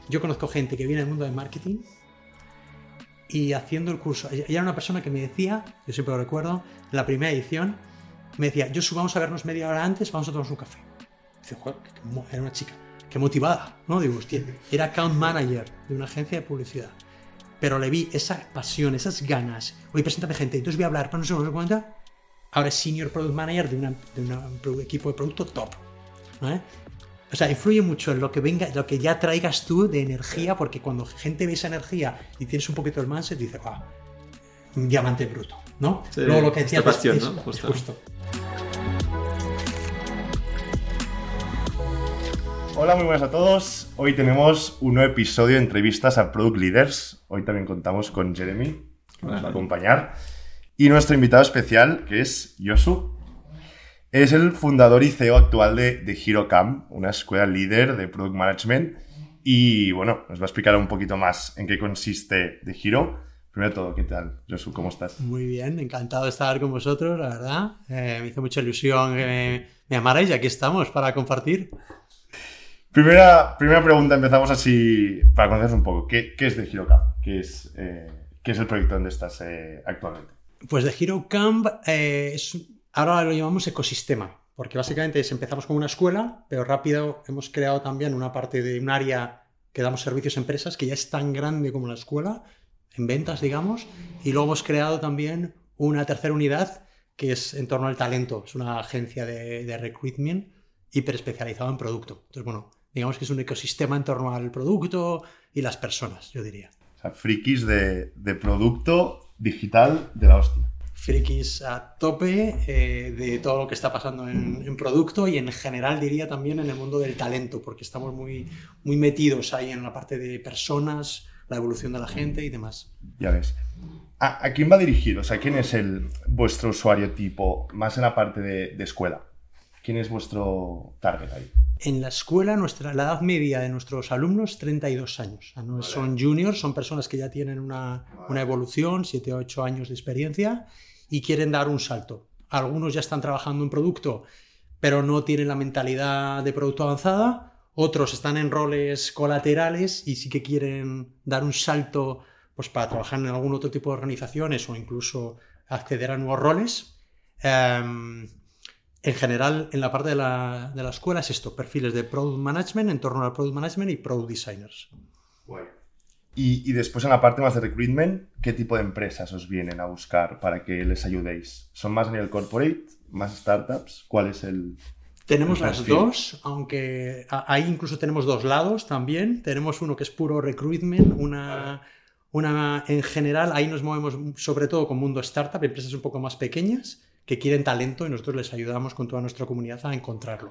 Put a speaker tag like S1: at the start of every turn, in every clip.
S1: yo conozco gente que viene del mundo del marketing y haciendo el curso, ella era una persona que me decía, yo siempre lo recuerdo, en la primera edición, me decía, Josu, vamos a vernos media hora antes, vamos a tomarnos un café. Dice, joder, era una chica, qué motivada, ¿no? Digo, hostia, era account manager de una agencia de publicidad. Pero le vi esa pasión, esas ganas. Oye, preséntame gente, entonces voy a hablar, pero no se cuenta. Ahora es senior product manager de un equipo de producto top, ¿no? O sea, influye mucho en lo que venga, lo que ya traigas tú de energía, porque cuando gente ve esa energía y tienes un poquito el mindset, dice, un diamante bruto, ¿no?
S2: Sí,
S1: luego lo que decías
S2: pasión,
S1: es,
S2: ¿no?
S1: justo.
S3: Hola, muy buenas a todos. Hoy tenemos un nuevo episodio de entrevistas a Product Leaders. Hoy también contamos con Jeremy, que nos va a acompañar. Y nuestro invitado especial, que es Josu. Es el fundador y CEO actual de HeroCamp, una escuela líder de Product Management. Y bueno, nos va a explicar un poquito más en qué consiste The Hero. Primero de todo, ¿qué tal, Josu? ¿Cómo estás?
S1: Muy bien, encantado de estar con vosotros, la verdad. Me hizo mucha ilusión que me llamarais y aquí estamos para compartir.
S3: Primera pregunta, empezamos así para conocer un poco. ¿Qué es The HeroCamp? ¿Qué es el proyecto donde estás actualmente?
S1: Pues The HeroCamp ahora lo llamamos ecosistema, porque básicamente empezamos como una escuela, pero rápido hemos creado también una parte de un área que damos servicios a empresas que ya es tan grande como la escuela, en ventas, digamos, y luego hemos creado también una tercera unidad que es en torno al talento. Es una agencia de recruitment hiper especializada en producto. Entonces, bueno, digamos que es un ecosistema en torno al producto y las personas, yo diría.
S3: O sea, frikis de producto digital de la hostia.
S1: Frikis a tope de todo lo que está pasando en producto y en general diría también en el mundo del talento, porque estamos muy, muy metidos ahí en la parte de personas, la evolución de la gente y demás.
S3: Ya ves. ¿A quién va dirigido? O sea, ¿quién es vuestro usuario tipo, más en la parte de escuela? ¿Quién es vuestro target ahí?
S1: En la escuela, la edad media de nuestros alumnos, 32 años. O sea, no son juniors, son personas que ya tienen una evolución, 7 o 8 años de experiencia y quieren dar un salto. Algunos ya están trabajando en producto, pero no tienen la mentalidad de producto avanzada. Otros están en roles colaterales y sí que quieren dar un salto pues, para trabajar en algún otro tipo de organizaciones o incluso acceder a nuevos roles. En general, en la parte de la escuela es esto, perfiles de Product Management, en torno al Product Management y Product Designers.
S3: Bueno. Y después en la parte más de recruitment, ¿qué tipo de empresas os vienen a buscar para que les ayudéis? ¿Son más a nivel corporate, más startups? ¿Cuál es el...?
S1: Tenemos las dos, aunque ahí incluso tenemos dos lados también. Tenemos uno que es puro recruitment, en general ahí nos movemos sobre todo con mundo startup, empresas un poco más pequeñas que quieren talento y nosotros les ayudamos con toda nuestra comunidad a encontrarlo.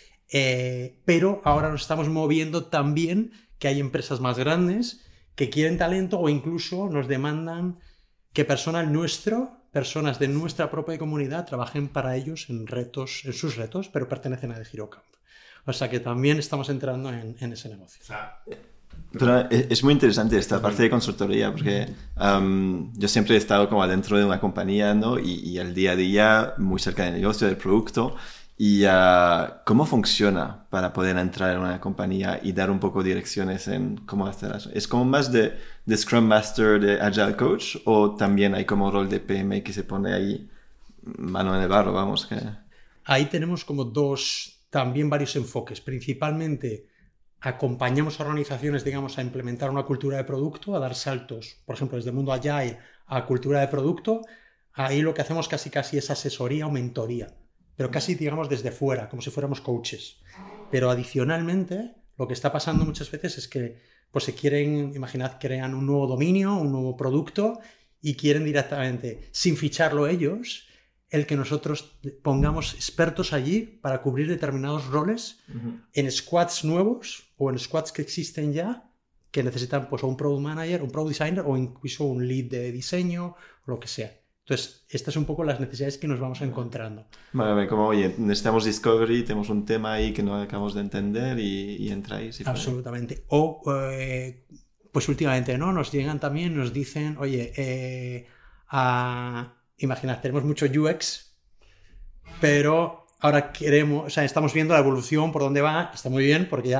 S1: Pero ahora nos estamos moviendo también que hay empresas más grandes que quieren talento o incluso nos demandan que personas de nuestra propia comunidad trabajen para ellos en sus retos, pero pertenecen a The HeroCamp. O sea que también estamos entrando en ese negocio.
S2: Pero es muy interesante esta parte de consultoría porque yo siempre he estado como adentro de una compañía, ¿no? Y el día a día muy cerca del negocio, del producto. Y ¿cómo funciona para poder entrar en una compañía y dar un poco direcciones en cómo hacer eso? ¿Es como más de Scrum Master, de Agile Coach o también hay como rol de PM que se pone ahí mano en el barro, vamos?
S1: Ahí tenemos como también varios enfoques. Principalmente acompañamos a organizaciones, digamos, a implementar una cultura de producto, a dar saltos, por ejemplo, desde el mundo Agile a cultura de producto. Ahí lo que hacemos casi es asesoría o mentoría, pero casi, digamos, desde fuera, como si fuéramos coaches. Pero adicionalmente, lo que está pasando muchas veces es que pues imaginad, crean un nuevo dominio, un nuevo producto y quieren directamente, sin ficharlo ellos, el que nosotros pongamos expertos allí para cubrir determinados roles en squads nuevos o en squads que existen ya, que necesitan pues, o un product manager, un product designer o incluso un lead de diseño o lo que sea. Entonces, estas son un poco las necesidades que nos vamos encontrando.
S2: Vale, como, oye, necesitamos discovery, tenemos un tema ahí que no acabamos de entender y entráis.
S1: Absolutamente. O, pues últimamente, ¿no? Nos llegan también, nos dicen, oye, imaginad, tenemos mucho UX, pero ahora estamos viendo la evolución por dónde va, está muy bien, porque ya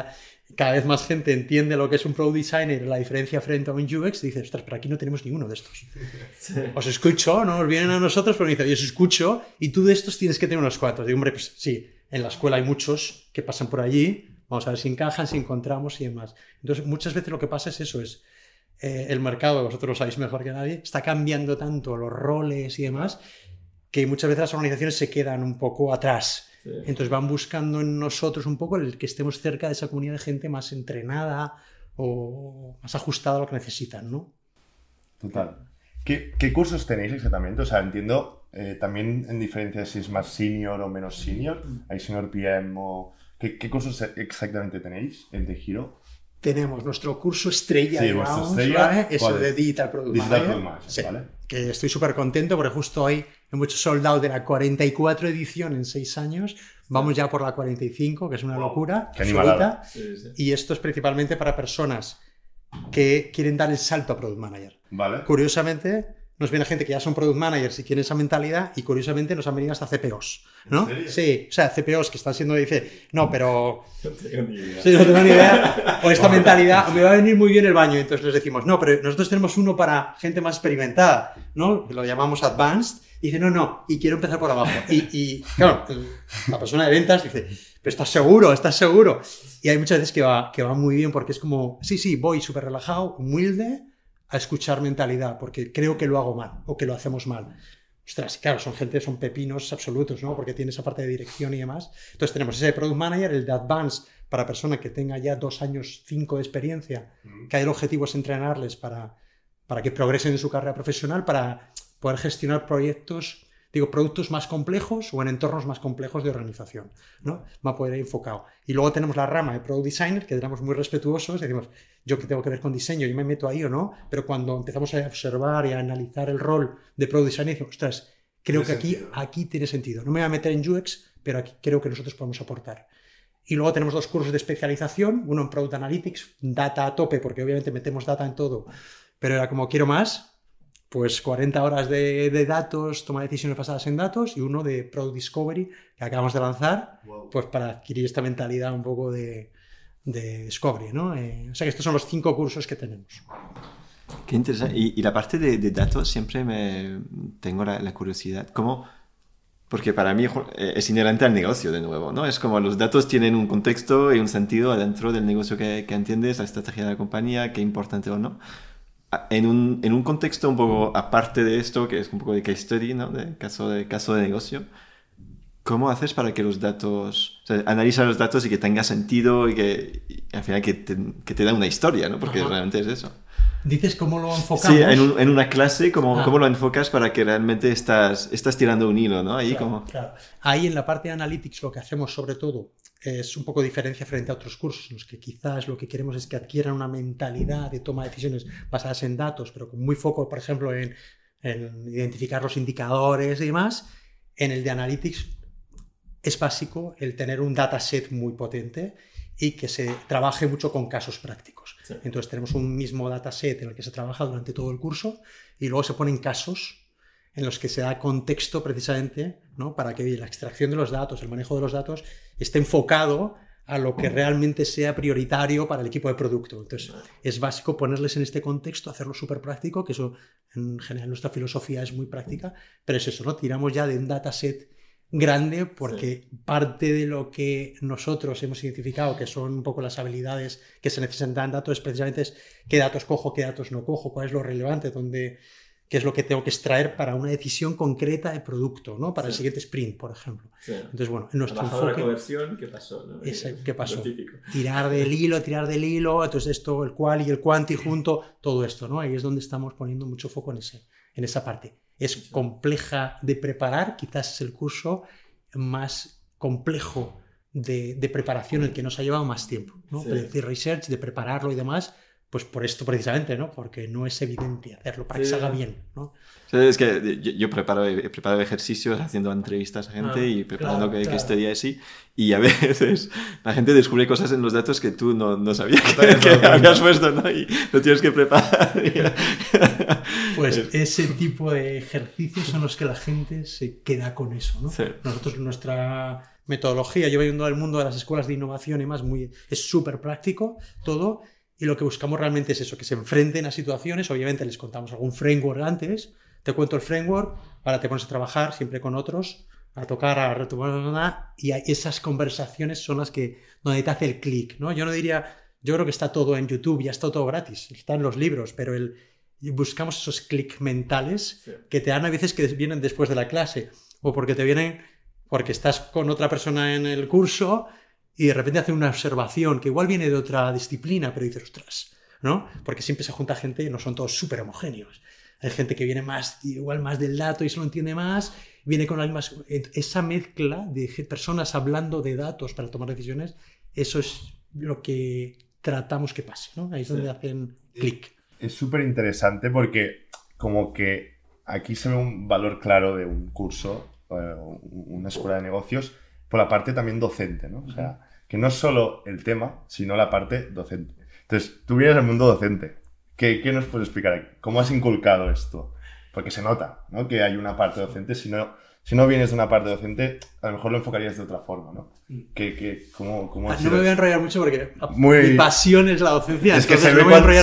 S1: cada vez más gente entiende lo que es un Product Designer, la diferencia frente a un UX, y dices, ostras, pero aquí no tenemos ninguno de estos. Sí. Os escucho, ¿no? Os vienen a nosotros, pero me dicen, yo os escucho, y tú de estos tienes que tener unos cuantos. Digo, hombre, pues sí, en la escuela hay muchos que pasan por allí, vamos a ver si encajan, si encontramos y demás. Entonces, muchas veces lo que pasa es eso, es el mercado, vosotros lo sabéis mejor que nadie, está cambiando tanto los roles y demás, que muchas veces las organizaciones se quedan un poco atrás. Sí. Entonces van buscando en nosotros un poco el que estemos cerca de esa comunidad de gente más entrenada o más ajustada a lo que necesitan, ¿no?
S3: Total. ¿Qué cursos tenéis exactamente? O sea, entiendo también en diferencia si es más senior o menos senior. ¿Hay senior PM o...? ¿Qué cursos exactamente tenéis en The Hero?
S1: Tenemos nuestro curso estrella,
S3: sí,
S1: digamos,
S3: estrella,
S1: ¿vale? Es el de Digital Product Manager. Sí, ¿vale? Que estoy súper contento porque justo hoy hemos hecho sold out de la 44 edición en 6 años. Vamos ya por la 45, que es una locura absoluta. Sí. Y esto es principalmente para personas que quieren dar el salto a Product Manager.
S3: Vale.
S1: Curiosamente, nos viene gente que ya son Product Managers y quieren esa mentalidad, y curiosamente nos han venido hasta CPOs, ¿no? Sí, o sea, CPOs que están siendo, dice, no, pero...
S2: No tengo ni idea.
S1: Sí, no tengo ni idea. O esta mentalidad, me va a venir muy bien el baño. Entonces les decimos, no, pero nosotros tenemos uno para gente más experimentada, ¿no? Lo llamamos Advanced. Y dice, no, y quiero empezar por abajo. Y claro, la persona de ventas dice, pero ¿estás seguro? ¿Estás seguro? Y hay muchas veces que va muy bien porque es como, sí, voy súper relajado, humilde, a escuchar mentalidad, porque creo que lo hago mal o que lo hacemos mal. Ostras, claro, son pepinos absolutos, ¿no? Porque tiene esa parte de dirección y demás. Entonces tenemos ese de Product Manager, el de Advance, para persona que tenga ya 2 años, 5 de experiencia, que el objetivo es entrenarles para que progresen en su carrera profesional, para poder gestionar productos más complejos o en entornos más complejos de organización, ¿no? Va a poder ir enfocado. Y luego tenemos la rama de Product Designer, que éramos muy respetuosos, decimos, yo que tengo que ver con diseño, yo me meto ahí o no, pero cuando empezamos a observar y a analizar el rol de Product Designer, decimos, ostras, creo que aquí tiene sentido. No me voy a meter en UX, pero aquí creo que nosotros podemos aportar. Y luego tenemos 2 cursos de especialización, uno en Product Analytics, data a tope, porque obviamente metemos data en todo, pero era como quiero más, pues 40 horas de datos, toma de decisiones basadas en datos, y uno de Product Discovery, que acabamos de lanzar, pues para adquirir esta mentalidad un poco de Discovery, ¿no? O sea que estos son los 5 cursos que tenemos.
S2: Qué interesante. Y la parte de datos siempre tengo la curiosidad. ¿Cómo? Porque para mí es inherente al negocio de nuevo, ¿no? Es como los datos tienen un contexto y un sentido adentro del negocio que entiendes, la estrategia de la compañía, qué importante o no. En un contexto un poco aparte de esto, que es un poco de case study, ¿no? De caso de negocio, ¿cómo haces para que los datos, o sea, analiza los datos y que tenga sentido y al final que te da una historia, ¿no? Porque realmente es eso.
S1: ¿Dices cómo lo enfocamos?
S2: Sí, en una clase, ¿cómo lo enfocas para que realmente estás tirando un hilo, ¿no? Ahí
S1: claro. Ahí en la parte de Analytics lo que hacemos sobre todo es un poco diferencia frente a otros cursos en los que quizás lo que queremos es que adquieran una mentalidad de toma de decisiones basadas en datos, pero con muy foco, por ejemplo, en identificar los indicadores y demás. En el de Analytics es básico el tener un dataset muy potente y que se trabaje mucho con casos prácticos. Sí. Entonces tenemos un mismo dataset en el que se trabaja durante todo el curso y luego se ponen casos en los que se da contexto precisamente, ¿no? Para que la extracción de los datos, el manejo de los datos esté enfocado a lo que realmente sea prioritario para el equipo de producto. Entonces es básico ponerles en este contexto, hacerlo súper práctico, que eso en general nuestra filosofía es muy práctica, pero es eso, ¿no? Tiramos ya de un dataset grande porque parte de lo que nosotros hemos identificado que son un poco las habilidades que se necesitan en datos es precisamente qué datos cojo, qué datos no cojo, cuál es lo relevante, qué es lo que tengo que extraer para una decisión concreta de producto, ¿no? Para el siguiente sprint, por ejemplo. Sí. Entonces, bueno, en nuestro enfoque...
S2: la conversión, ¿qué pasó? ¿No?
S1: ¿Qué pasó? Tirar del hilo, entonces esto, el qual y el quanti junto, todo esto, ¿no? Ahí es donde estamos poniendo mucho foco en esa parte. Es compleja de preparar, quizás es el curso más complejo de preparación, el que nos ha llevado más tiempo, ¿no? Sí. De decir research, de prepararlo y demás, pues por esto precisamente, ¿no? Porque no es evidente hacerlo para que se haga bien, ¿no?
S2: Sí, es que yo he preparado ejercicios haciendo entrevistas a gente y preparando que este día así, y a veces la gente descubre cosas en los datos que tú no sabías que habías puesto, ¿no? Y lo tienes que preparar.
S1: Pues ese tipo de ejercicios son los que la gente se queda con eso, ¿no? Sí. Nosotros metodología. Yo vengo del mundo de las escuelas de innovación y más, es súper práctico todo. Y lo que buscamos realmente es eso, que se enfrenten a situaciones. Obviamente les contamos algún framework antes. Te cuento el framework, ahora te pones a trabajar siempre con otros, a tocar, a retomar, y esas conversaciones son las que donde te hace el clic, ¿no? Yo creo que está todo en YouTube, ya está todo gratis, están los libros, pero buscamos esos clics mentales que te dan a veces que vienen después de la clase, o porque te vienen porque estás con otra persona en el curso y de repente hace una observación que igual viene de otra disciplina, pero dices, ostras, ¿no? Porque siempre se junta gente y no son todos súper homogéneos. Hay gente que viene igual más del dato y se lo entiende más, viene con las mismas... Esa mezcla de personas hablando de datos para tomar decisiones, eso es lo que tratamos que pase, ¿no? Ahí es donde hacen clic.
S3: Es súper interesante porque como que aquí se ve un valor claro de un curso, una escuela de negocios, por la parte también docente, ¿no? O sea, que no es solo el tema, sino la parte docente. Entonces, tú vienes del mundo docente. ¿Qué nos puedes explicar? ¿Cómo has inculcado esto? Porque se nota, ¿no? Que hay una parte docente. Si no vienes de una parte docente, a lo mejor lo enfocarías de otra forma, ¿no? ¿Cómo
S1: no me voy a enrollar mucho porque mi pasión es la docencia.
S3: Es que se ve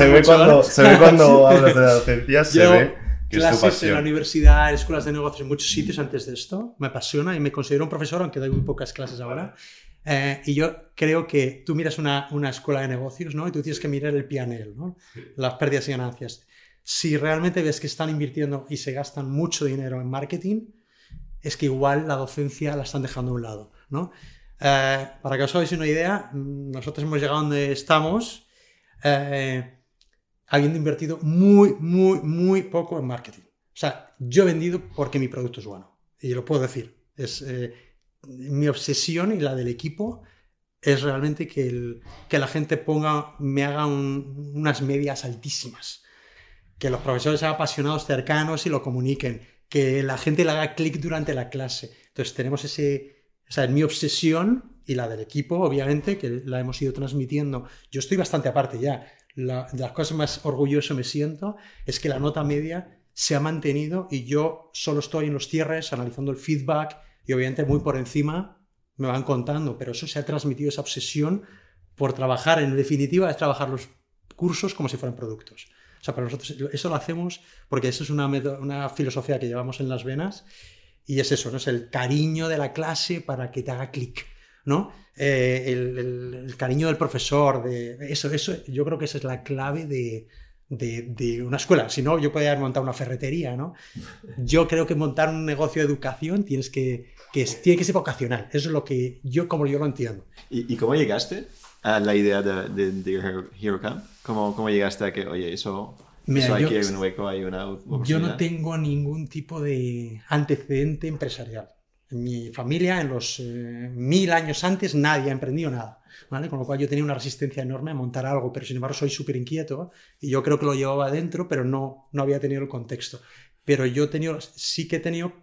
S3: cuando hablas de la docencia, se ve que es tu pasión.
S1: Clases en la universidad, en escuelas de negocios, en muchos sitios antes de esto. Me apasiona y me considero un profesor, aunque doy muy pocas clases ahora. Y yo creo que tú miras una escuela de negocios, ¿no? Y tú tienes que mirar el P&L, ¿no? Las pérdidas y ganancias. Si realmente ves que están invirtiendo y se gastan mucho dinero en marketing, es que igual la docencia la están dejando a un lado, ¿no? Para que os hagáis una idea, nosotros hemos llegado donde estamos habiendo invertido muy poco en marketing. O sea, yo he vendido porque mi producto es bueno. Y lo puedo decir. Mi obsesión y la del equipo es realmente que la gente me haga unas medias altísimas, que los profesores sean apasionados, cercanos y lo comuniquen, que la gente le haga clic durante la clase. Entonces tenemos mi obsesión y la del equipo, obviamente, que la hemos ido transmitiendo. Yo estoy bastante aparte ya. De las cosas más orgulloso me siento es que la nota media se ha mantenido y yo solo estoy en los cierres analizando el feedback. Y obviamente muy por encima me van contando, pero eso se ha transmitido, esa obsesión por trabajar, en definitiva, es trabajar los cursos como si fueran productos. O sea, para nosotros eso lo hacemos porque eso es una filosofía que llevamos en las venas y es eso, ¿no? Es el cariño de la clase para que te haga clic, ¿no? El cariño del profesor, eso, yo creo que esa es la clave de una escuela. Si no, yo podría montar una ferretería, ¿no? Yo creo que montar un negocio de educación tiene que ser vocacional. Eso es como yo lo entiendo.
S2: ¿Y cómo llegaste a la idea de Hero Camp? ¿Cómo llegaste a que, oye, aquí hay un hueco, hay una oportunidad?
S1: Yo no tengo ningún tipo de antecedente empresarial. En mi familia, en los 1000 años antes, nadie ha emprendido nada, ¿vale? Con lo cual yo tenía una resistencia enorme a montar algo, pero sin embargo soy súper inquieto y yo creo que lo llevaba adentro, pero no había tenido el contexto. Pero sí que he tenido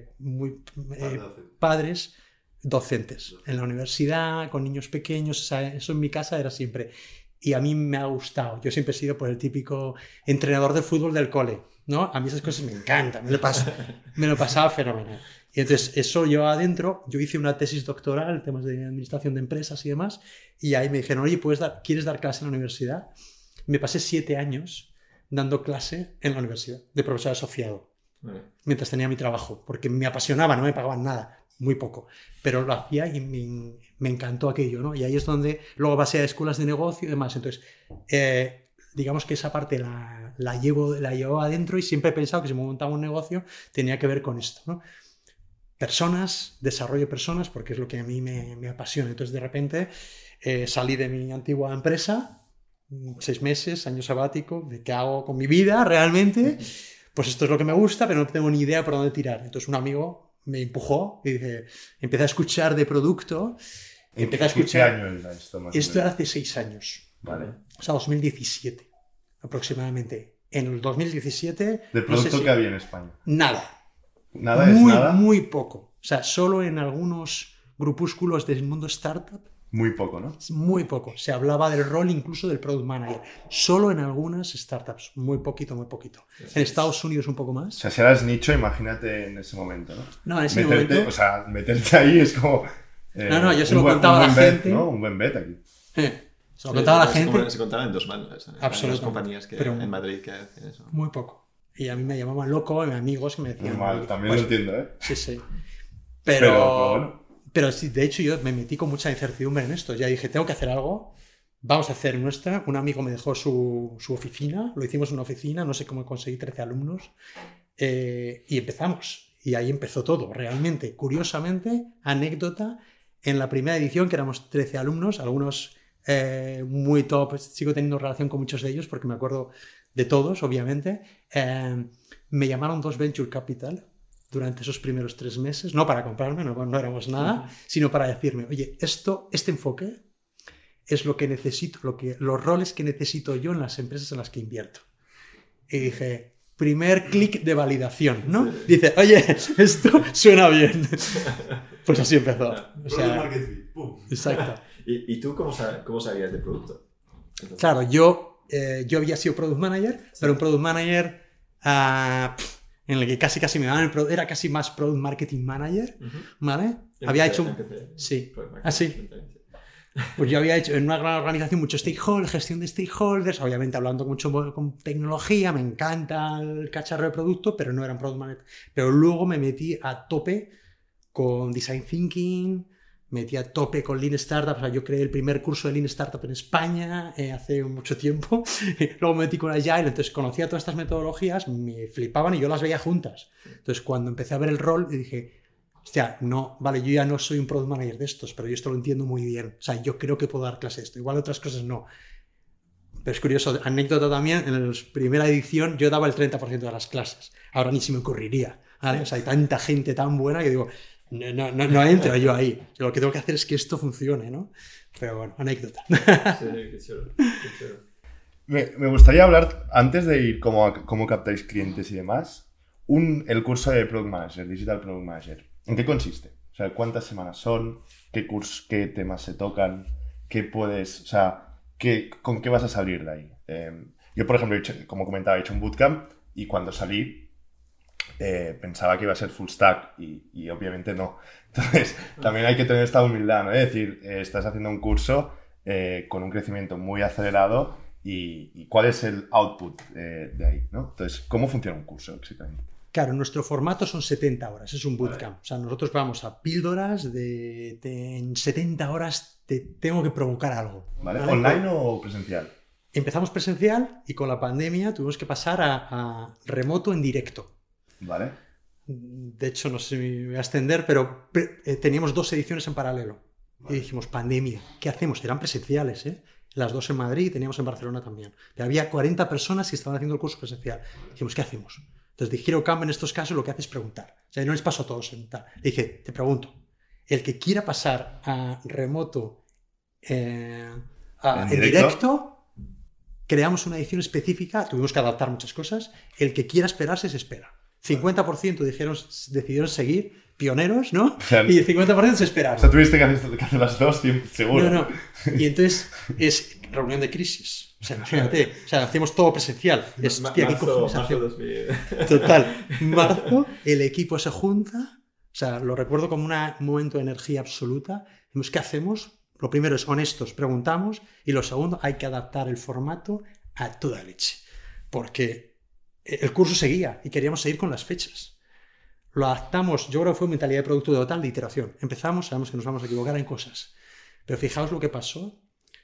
S1: padres docentes en la universidad, con niños pequeños, o sea, eso en mi casa era siempre. Y a mí me ha gustado. Yo siempre he sido el típico entrenador de fútbol del cole, ¿no? A mí esas cosas me encantan, me lo pasaba fenomenal. Y entonces eso yo adentro, yo hice una tesis doctoral, temas de administración de empresas y demás, y ahí me dijeron, oye, ¿quieres dar clase en la universidad? Me pasé 7 años dando clase en la universidad, de profesor asociado, mientras tenía mi trabajo, porque me apasionaba, no me pagaban nada, muy poco, pero lo hacía y me encantó aquello, ¿no? Y ahí es donde luego pasé a escuelas de negocio y demás. Entonces, digamos que esa parte la llevo adentro y siempre he pensado que si me montaba un negocio tenía que ver con esto, ¿no? Personas, desarrollo de personas, porque es lo que a mí me apasiona. Entonces, de repente, salí de mi antigua empresa, 6 meses, año sabático, de qué hago con mi vida realmente. Pues esto es lo que me gusta, pero no tengo ni idea por dónde tirar. Entonces, un amigo me empujó y dije, empecé a escuchar de producto.
S3: Empecé a escuchar. ¿Qué año era esto?
S1: Esto era hace 6 años.
S3: Vale.
S1: O sea, 2017, aproximadamente. En el 2017...
S3: ¿De producto que había en España?
S1: Nada.
S3: ¿Nada es nada?
S1: Muy poco. O sea, solo en algunos grupúsculos del mundo startup.
S3: Muy poco, ¿no?
S1: Muy poco. Se hablaba del rol incluso del product manager. Solo en algunas startups. Muy poquito. En Estados Unidos un poco más.
S3: O sea, si eras nicho, imagínate en ese momento, ¿no?
S1: No, en ese momento...
S3: O sea, meterte ahí es como...
S1: No, yo se lo contaba a la gente.
S3: ¿No? Un buen bet aquí.
S1: Se lo contaba a la gente.
S2: Se contaba en 2 manos.
S1: Absolutamente.
S2: Las compañías en Madrid que hacen eso.
S1: Muy poco. Y a mí me llamaban loco, mis amigos que me decían...
S3: Normal, también lo entiendo, ¿eh?
S1: Sí.
S3: Pero bueno.
S1: Pero sí, de hecho yo me metí con mucha incertidumbre en esto. Ya dije, tengo que hacer algo, vamos a hacer nuestra. Un amigo me dejó su oficina, lo hicimos en una oficina, no sé cómo conseguí 13 alumnos. Y empezamos. Y ahí empezó todo, realmente. Curiosamente, anécdota, en la primera edición, que éramos 13 alumnos, algunos muy top, sigo teniendo relación con muchos de ellos porque me acuerdo de todos, obviamente. Me llamaron 2 Venture Capital durante esos primeros 3 meses, no para comprarme, no éramos nada, sino para decirme, oye, este enfoque es lo que necesito, los roles que necesito yo en las empresas en las que invierto. Y dije, primer clic de validación, ¿no? Sí. Dice, oye, esto suena bien. Pues así empezó. O sea, exacto.
S2: ¿Y tú cómo sabías de producto? Entonces,
S1: claro, yo había sido Product Manager, pero un Product Manager en el que casi me daban era casi más Product Marketing Manager, ¿vale? Había hecho... Sí. Sí. Pues yo había hecho en una gran organización mucho stakeholders, gestión de stakeholders, obviamente hablando mucho con tecnología, me encanta el cacharro de producto, pero no era un Product Manager. Pero luego me metí a tope con Design Thinking, metí a tope con Lean Startup, o sea, yo creé el primer curso de Lean Startup en España hace mucho tiempo, luego me metí con Agile, entonces conocía todas estas metodologías, me flipaban y yo las veía juntas. Entonces cuando empecé a ver el rol, dije, hostia, no, vale, yo ya no soy un Product Manager de estos, pero yo esto lo entiendo muy bien, o sea, yo creo que puedo dar clase de esto, igual otras cosas no. Pero es curioso, anécdota también, en la primera edición yo daba el 30% de las clases, ahora ni se me ocurriría, ¿vale? O sea, hay tanta gente tan buena que digo... No entro yo ahí. Lo que tengo que hacer es que esto funcione, ¿no? Pero bueno, anécdota.
S2: Sí, qué chulo.
S3: Me gustaría hablar, antes de ir cómo captáis clientes y demás, el curso de Product Manager, Digital Product Manager. ¿En qué consiste? O sea, ¿cuántas semanas son? ¿Qué temas se tocan? ¿Qué puedes...? O sea, ¿con qué vas a salir de ahí? Yo, por ejemplo, como comentaba, he hecho un bootcamp y cuando salí pensaba que iba a ser full stack y obviamente no. Entonces, también hay que tener esta humildad, ¿no? Es decir, estás haciendo un curso con un crecimiento muy acelerado y ¿cuál es el output de ahí, ¿no? Entonces, ¿cómo funciona un curso exactamente?
S1: Claro, nuestro formato son 70 horas, es un bootcamp. O sea, nosotros vamos a píldoras en 70 horas te tengo que provocar algo.
S3: ¿Vale? ¿Online o presencial?
S1: Empezamos presencial y con la pandemia tuvimos que pasar a remoto en directo.
S3: Vale.
S1: De hecho, no sé si me voy a extender, pero teníamos 2 ediciones en paralelo. Vale. Y dijimos, pandemia, ¿qué hacemos? Eran presenciales, ¿eh? Las 2 en Madrid y teníamos en Barcelona también. Pero había 40 personas que estaban haciendo el curso presencial. Dijimos, ¿qué hacemos? Entonces, de Hero Camp en estos casos lo que hace es preguntar. O sea, no les paso a todos en tal. Le dije, te pregunto, el que quiera pasar a remoto en directo, creamos una edición específica, tuvimos que adaptar muchas cosas. El que quiera esperarse se espera. 50% decidieron seguir, pioneros, ¿no? O sea, y el 50% se esperaron.
S3: O sea, tuviste que hacer las 2, seguro.
S1: No. Y entonces es reunión de crisis. O sea, imagínate, o sea, hacemos todo presencial.
S2: Marzo 2000.
S1: Total. Marzo, el equipo se junta. O sea, lo recuerdo como un momento de energía absoluta. Dijimos, ¿qué hacemos? Lo primero es honestos, preguntamos. Y lo segundo, hay que adaptar el formato a toda leche. Porque el curso seguía y queríamos seguir con las fechas. Lo adaptamos, yo creo que fue mentalidad de producto total de iteración. Empezamos, sabemos que nos vamos a equivocar en cosas. Pero fijaos lo que pasó.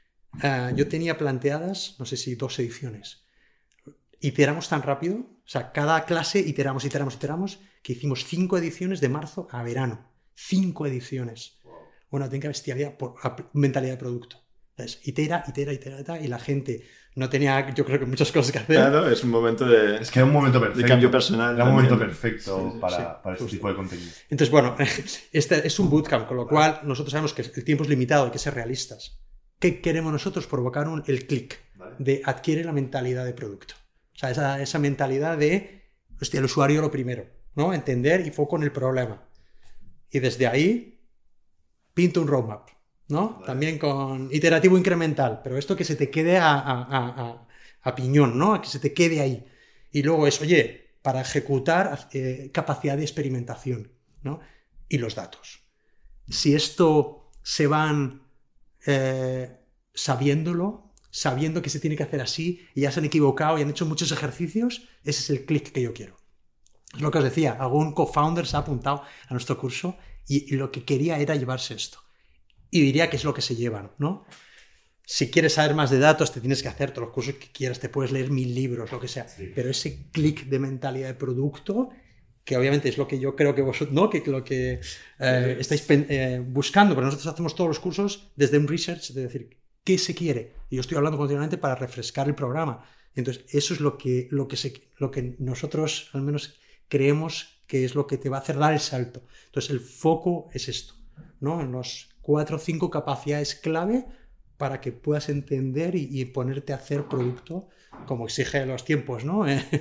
S1: Yo tenía planteadas, no sé si 2 ediciones. Iteramos tan rápido, o sea, cada clase iteramos, que hicimos 5 ediciones de marzo a verano. 5 ediciones. Una auténtica bestialidad por mentalidad de producto. Entonces, itera, y la gente no tenía, yo creo que muchas cosas que hacer.
S2: Claro, es un momento de...
S3: Es que era un momento perfecto.
S2: De cambio personal.
S3: Era un momento perfecto para este tipo de contenido.
S1: Entonces, bueno, este es un bootcamp, con lo cual nosotros sabemos que el tiempo es limitado, hay que ser realistas. ¿Qué queremos nosotros? Provocar el clic de adquiere la mentalidad de producto. O sea, esa mentalidad de, hostia, el usuario lo primero, ¿no? Entender y foco en el problema. Y desde ahí, pinto un roadmap, ¿no? Vale. También con iterativo incremental, pero esto que se te quede a piñón, ¿no? Que se te quede ahí. Y luego es, oye, para ejecutar capacidad de experimentación, ¿no? Y los datos. si esto se van sabiendo que se tiene que hacer así y ya se han equivocado y han hecho muchos ejercicios, ese es el clic que yo quiero. Es lo que os decía, algún co-founder se ha apuntado a nuestro curso y lo que quería era llevarse esto. Y diría que es lo que se llevan, ¿no? Si quieres saber más de datos, te tienes que hacer todos los cursos que quieras, te puedes leer 1000 libros, lo que sea. Sí. Pero ese clic de mentalidad de producto, que obviamente es lo que yo creo que vosotros, ¿no? Que lo que estáis buscando, pero nosotros hacemos todos los cursos desde un research, de decir, ¿qué se quiere? Y yo estoy hablando continuamente para refrescar el programa. Entonces, eso es lo que nosotros, al menos, creemos que es lo que te va a hacer dar el salto. Entonces, el foco es esto, ¿no? En los 4 o 5 capacidades clave para que puedas entender y ponerte a hacer producto como exige los tiempos, ¿no?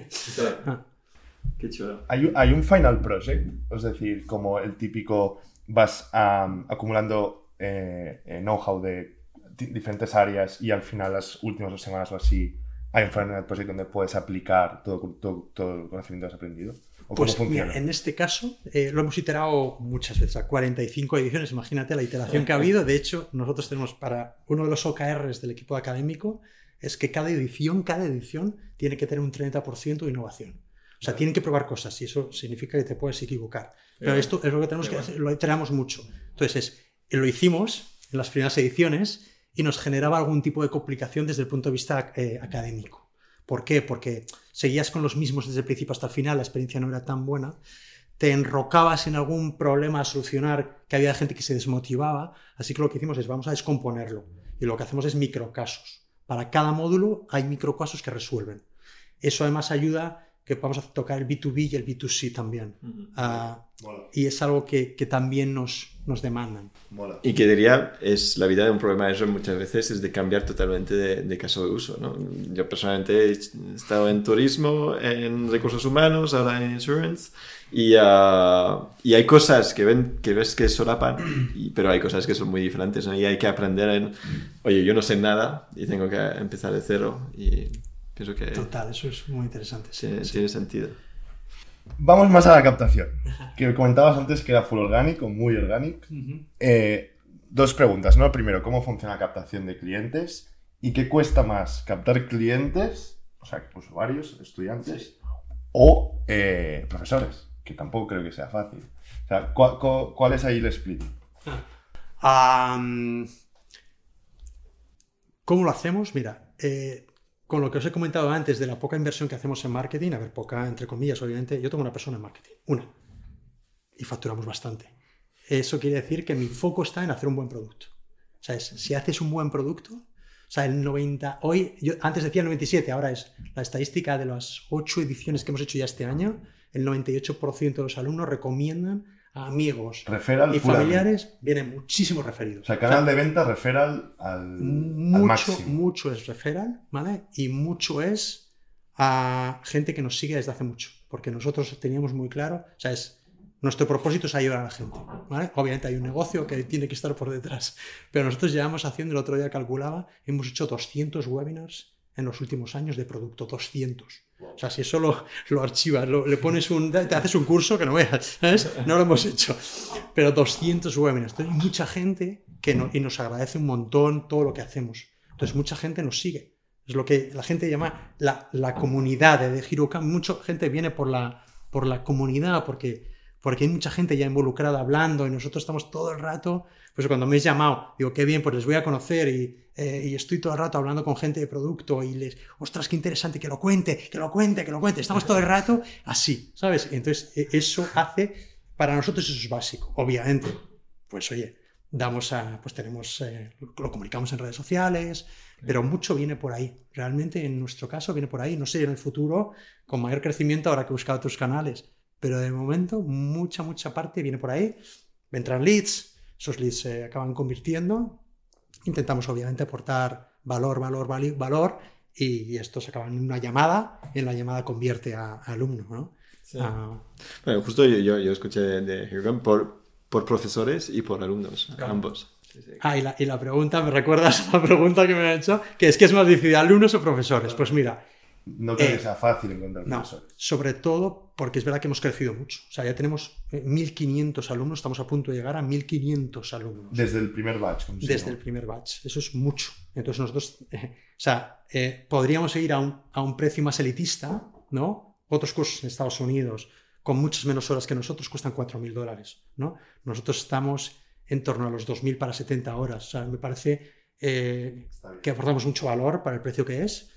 S2: Qué chulo.
S3: Hay un final project, es decir, como el típico vas acumulando know-how de diferentes áreas y al final las últimas 2 semanas o así hay un final project donde puedes aplicar todo el conocimiento que has aprendido. ¿O
S1: pues
S3: cómo funciona?
S1: Mira, en este caso lo hemos iterado muchas veces, a 45 ediciones, imagínate la iteración que ha habido. De hecho, nosotros tenemos para uno de los OKRs del equipo académico es que cada edición tiene que tener un 30% de innovación. O sea, tienen que probar cosas y eso significa que te puedes equivocar. Pero esto es lo que tenemos que hacer, lo iteramos mucho. Entonces, lo hicimos en las primeras ediciones y nos generaba algún tipo de complicación desde el punto de vista académico. ¿Por qué? Porque seguías con los mismos desde el principio hasta el final, la experiencia no era tan buena, te enrocabas en algún problema a solucionar, que había gente que se desmotivaba, así que lo que hicimos es vamos a descomponerlo y lo que hacemos es microcasos. Para cada módulo hay microcasos que resuelven. Eso además ayuda que vamos a tocar el B2B y el B2C también. Y es algo que también nos demandan.
S2: Mola. Y que diría, es la vida de un programa de muchas veces es de cambiar totalmente de caso de uso, ¿no? Yo personalmente he estado en turismo, en recursos humanos, ahora en insurance, y hay cosas que ves que solapan, pero hay cosas que son muy diferentes, ¿no? Y hay que aprender oye, yo no sé nada y tengo que empezar de cero y... pienso que
S1: total, eso es muy interesante. Sí.
S2: Tiene sentido.
S3: Vamos más a la captación. Que comentabas antes que era full orgánico, muy orgánico. 2 preguntas, ¿no? Primero, ¿cómo funciona la captación de clientes? ¿Y qué cuesta más? ¿Captar clientes, o sea, usuarios, estudiantes, o profesores? Que tampoco creo que sea fácil. O sea, ¿cuál es ahí el split?
S1: ¿Cómo lo hacemos? Mira, con lo que os he comentado antes de la poca inversión que hacemos en marketing, a ver, poca entre comillas, obviamente, yo tengo una persona en marketing, y facturamos bastante. Eso quiere decir que mi foco está en hacer un buen producto. O sea, si haces un buen producto, o sea, el 90, hoy, yo antes decía el 97, ahora es la estadística de las 8 ediciones que hemos hecho ya este año, el 98% de los alumnos recomiendan a amigos y familiares, vienen muchísimos referidos.
S3: O sea, canal de venta referral al máximo.
S1: Mucho es referral, ¿vale? Y mucho es a gente que nos sigue desde hace mucho, porque nosotros teníamos muy claro, o sea, nuestro propósito es ayudar a la gente, ¿vale? Obviamente hay un negocio que tiene que estar por detrás, pero nosotros llevamos haciendo, el otro día calculaba, hemos hecho 200 webinars en los últimos años de producto, 200. O sea, si eso lo archivas, le pones te haces un curso que no veas, ¿sabes? No lo hemos hecho. Pero 200 webinars. Entonces, hay mucha gente y nos agradece un montón todo lo que hacemos. Entonces, mucha gente nos sigue. Es lo que la gente llama la comunidad de Hirocam. Mucha gente viene por la comunidad, porque hay mucha gente ya involucrada hablando y nosotros estamos todo el rato. Pues cuando me has llamado, digo, qué bien, pues les voy a conocer y estoy todo el rato hablando con gente de producto y ostras, qué interesante, que lo cuente. Estamos todo el rato así, ¿sabes? Entonces, eso hace, para nosotros eso es básico. Obviamente, pues oye, lo comunicamos en redes sociales, pero mucho viene por ahí. Realmente, en nuestro caso, viene por ahí. No sé, en el futuro, con mayor crecimiento, habrá que buscar otros canales. Pero de momento, mucha parte viene por ahí. Entran leads. Esos leads se acaban convirtiendo. Intentamos, obviamente, aportar valor y esto se acaba en una llamada y en la llamada convierte a alumno, ¿no?
S2: Sí. Bueno, justo yo escuché de Hirocam por profesores y por alumnos, claro. Ambos. Sí.
S1: Y la pregunta, ¿me recuerdas la pregunta que me han hecho? Que es más difícil, ¿alumnos o profesores? Claro. Pues mira,
S3: No creo que sea fácil encontrar profesores.
S1: Sobre todo porque es verdad que hemos crecido mucho. O sea, ya tenemos 1.500 alumnos, estamos a punto de llegar a 1.500 alumnos.
S3: Desde el primer batch.
S1: Desde el primer batch. Eso es mucho. Entonces nosotros, podríamos ir a un precio más elitista, ¿no? Otros cursos en Estados Unidos con muchas menos horas que nosotros cuestan $4.000, ¿no? Nosotros estamos en torno a los 2.000 para 70 horas. O sea, me parece que aportamos mucho valor para el precio que es.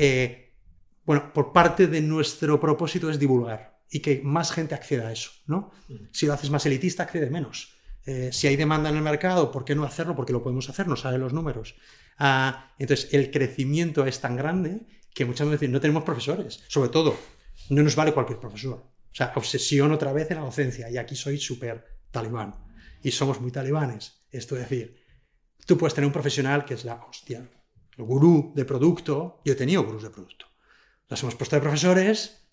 S1: Por parte de nuestro propósito es divulgar y que más gente acceda a eso, ¿no? Si lo haces más elitista, accede menos. Si hay demanda en el mercado, ¿por qué no hacerlo? Porque lo podemos hacer, nos salen los números. Entonces, el crecimiento es tan grande que muchas veces no tenemos profesores. Sobre todo, no nos vale cualquier profesor. O sea, obsesión otra vez en la docencia. Y aquí soy súper talibán. Y somos muy talibanes. Esto es decir, tú puedes tener un profesional que es la hostia, el gurú de producto. Yo he tenido gurús de producto. Los hemos puesto de profesores,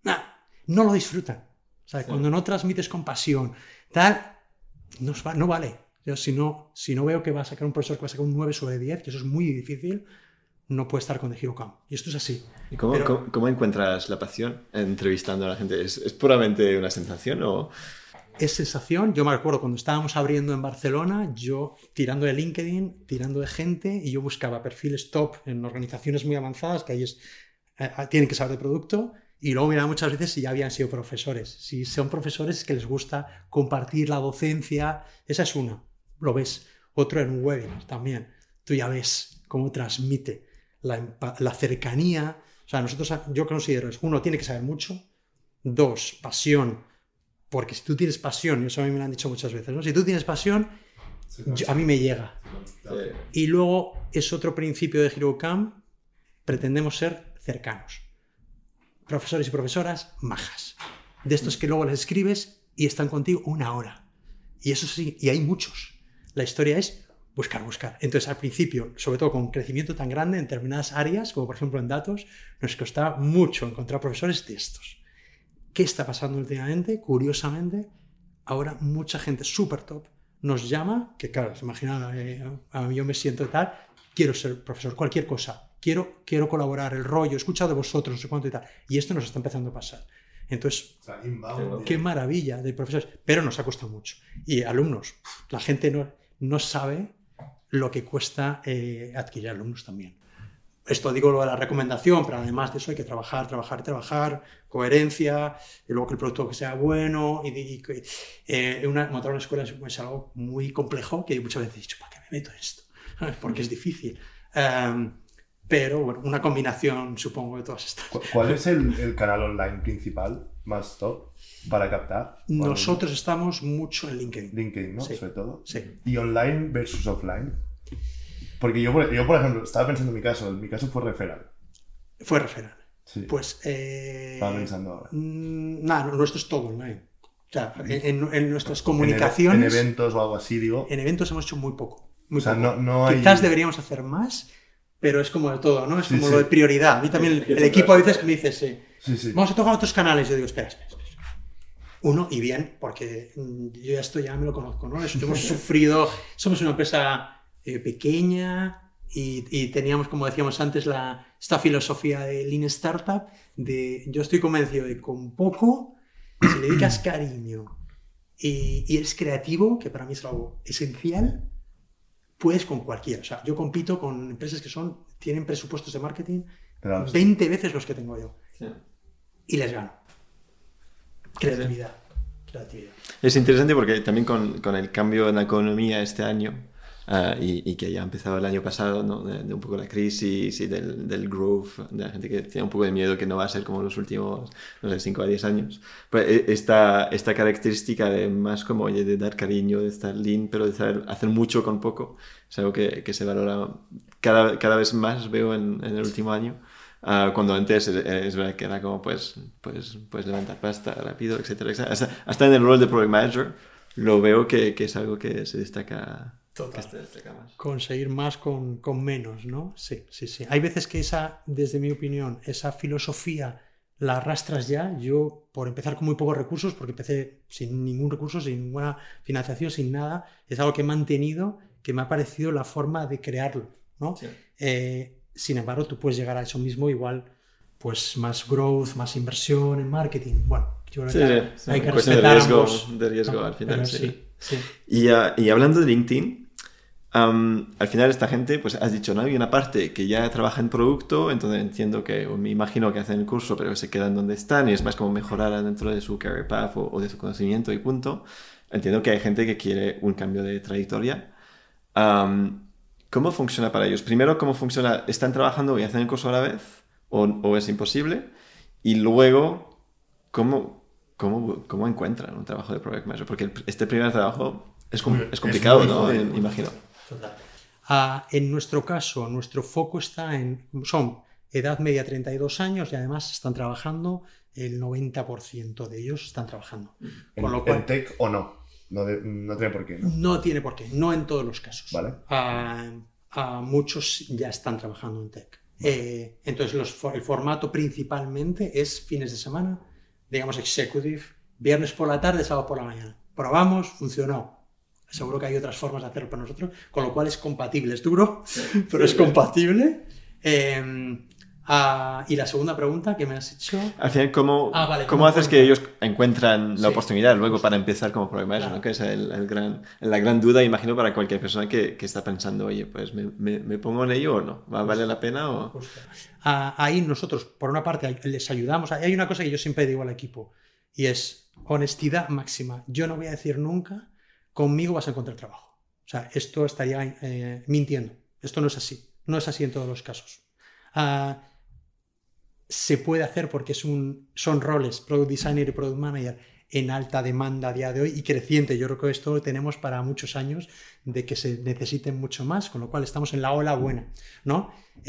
S1: no lo disfrutan. O sea, cuando no transmites con pasión, tal, no vale. Yo, si no veo que va a sacar un profesor que va a sacar un 9 sobre 10, que eso es muy difícil, no puede estar con The Hero Camp. Y esto es así.
S2: ¿Y cómo encuentras la pasión entrevistando a la gente? ¿Es puramente una sensación o...?
S1: Es sensación. Yo me acuerdo cuando estábamos abriendo en Barcelona, yo tirando de LinkedIn, tirando de gente, y yo buscaba perfiles top en organizaciones muy avanzadas, que ahí tienen que saber de producto, y luego miraba muchas veces si ya habían sido profesores. Si son profesores que les gusta compartir la docencia, esa es una, lo ves. Otro en un webinar también. Tú ya ves cómo transmite la cercanía. O sea, yo considero es, uno, tiene que saber mucho. Dos, pasión. Porque si tú tienes pasión, y eso a mí me lo han dicho muchas veces, ¿no? Si tú tienes pasión, a mí me llega. Y luego es otro principio de Hero Camp, pretendemos ser cercanos. Profesores y profesoras majas. De estos que luego les escribes y están contigo una hora. Y eso sí, y hay muchos. La historia es buscar. Entonces, al principio, sobre todo con crecimiento tan grande en determinadas áreas, como por ejemplo en datos, nos costaba mucho encontrar profesores de estos. ¿Qué está pasando últimamente? Curiosamente, ahora mucha gente súper top nos llama, que claro, se imagina, yo me siento tal, quiero ser profesor, cualquier cosa, quiero colaborar, el rollo, he escuchado de vosotros, no sé cuánto y tal, y esto nos está empezando a pasar. Entonces, qué maravilla de profesores, pero nos ha costado mucho. Y alumnos, la gente no sabe lo que cuesta adquirir alumnos también. Esto digo lo de la recomendación, pero además de eso hay que trabajar, coherencia, y luego que el producto que sea bueno, montar una escuela es algo muy complejo que yo muchas veces he dicho, ¿para qué me meto en esto? Porque es difícil. Pero bueno, una combinación, supongo, de todas estas.
S3: ¿Cuál es el canal online principal más top para captar?
S1: Nosotros estamos mucho en LinkedIn.
S3: LinkedIn, ¿no?
S1: Sí.
S3: Sobre todo.
S1: Sí.
S3: ¿Y online versus offline? Porque yo, por ejemplo, estaba pensando en mi caso fue referral.
S1: Fue referral.
S3: Sí.
S1: Pues...
S3: estaba pensando ahora.
S1: Nada, nuestro es todo online. O sea, en nuestras comunicaciones...
S3: En eventos o algo así, digo.
S1: En eventos hemos hecho muy poco.
S3: O sea, no hay...
S1: Quizás deberíamos hacer más, pero es como de todo, ¿no? Es como lo de prioridad. A mí también el equipo a veces me dice, sí. Vamos a tocar otros canales. Yo digo, espera. Uno, y bien, porque yo esto ya me lo conozco, ¿no? Hemos sufrido... Somos una empresa... pequeña y teníamos, como decíamos antes, esta filosofía de Lean Startup, yo estoy convencido de que con poco, si le dedicas cariño y eres creativo, que para mí es algo esencial, puedes con cualquiera. O sea, yo compito con empresas que tienen presupuestos de marketing 20 veces los que tengo yo. Sí. Y les gano. Creatividad.
S2: Es interesante porque también con el cambio en la economía este año, y que ya ha empezado el año pasado, ¿no? de un poco la crisis y del growth, de la gente que tiene un poco de miedo que no va a ser como los últimos, no sé, 5 a 10 años. Pues esta característica de más como, oye, de dar cariño, de estar lean, pero de saber hacer mucho con poco, es algo que se valora cada vez más, veo en el último año. Cuando antes es verdad que era como pues levantar pasta rápido, etcétera. Hasta en el rol de Product Manager lo veo que es algo que se destaca.
S1: Conseguir más con menos, ¿no? Sí. Hay veces que desde mi opinión, esa filosofía la arrastras ya. Yo, por empezar con muy pocos recursos, porque empecé sin ningún recurso, sin ninguna financiación, sin nada, es algo que he mantenido, que me ha parecido la forma de crearlo, ¿no? Sí. Sin embargo, tú puedes llegar a eso mismo igual pues más growth, más inversión en marketing. Bueno, yo creo que hay que
S2: cuestión
S1: respetar
S2: de riesgo
S1: ¿no?
S2: al final.
S1: Pero
S2: Sí.
S1: sí.
S2: Y hablando de LinkedIn, al final esta gente, pues has dicho, ¿no? Hay una parte que ya trabaja en producto, entonces entiendo que, o me imagino que hacen el curso, pero se quedan donde están y es más como mejorar dentro de su career path o de su conocimiento y punto. Entiendo que hay gente que quiere un cambio de trayectoria. ¿Cómo funciona para ellos? Primero, ¿cómo funciona? ¿Están trabajando y hacen el curso a la vez? ¿O es imposible? Y luego, ¿cómo encuentran un trabajo de Product Manager? Porque este primer trabajo es complicado, ¿no? Imagino.
S1: En nuestro caso, nuestro foco está son edad media 32 años y además están trabajando, el 90% de ellos están trabajando.
S3: Con lo cual, ¿en tech o no? No tiene por qué, ¿no?
S1: No tiene por qué, no en todos los casos.
S3: Vale.
S1: Muchos ya están trabajando en tech. Entonces el formato principalmente es fines de semana, digamos executive, viernes por la tarde, sábado por la mañana. Probamos, funcionó. Seguro que hay otras formas de hacerlo para nosotros, con lo cual es compatible. Es duro, pero es compatible. Y la segunda pregunta que me has hecho...
S2: Al final, ¿cómo haces que ellos encuentran la oportunidad luego para empezar como Product Manager? Claro. ¿No? Que es la gran duda, imagino, para cualquier persona que está pensando, oye, pues ¿me pongo en ello o no? ¿Vale la pena? O...
S1: Ahí nosotros, por una parte, les ayudamos. Hay una cosa que yo siempre digo al equipo y es honestidad máxima. Yo no voy a decir nunca, conmigo vas a encontrar trabajo. O sea, esto estaría mintiendo. Esto no es así. No es así en todos los casos. Se puede hacer porque son roles, Product Designer y Product Manager, en alta demanda a día de hoy y creciente. Yo creo que esto lo tenemos para muchos años de que se necesiten mucho más, con lo cual estamos en la ola buena, ¿no?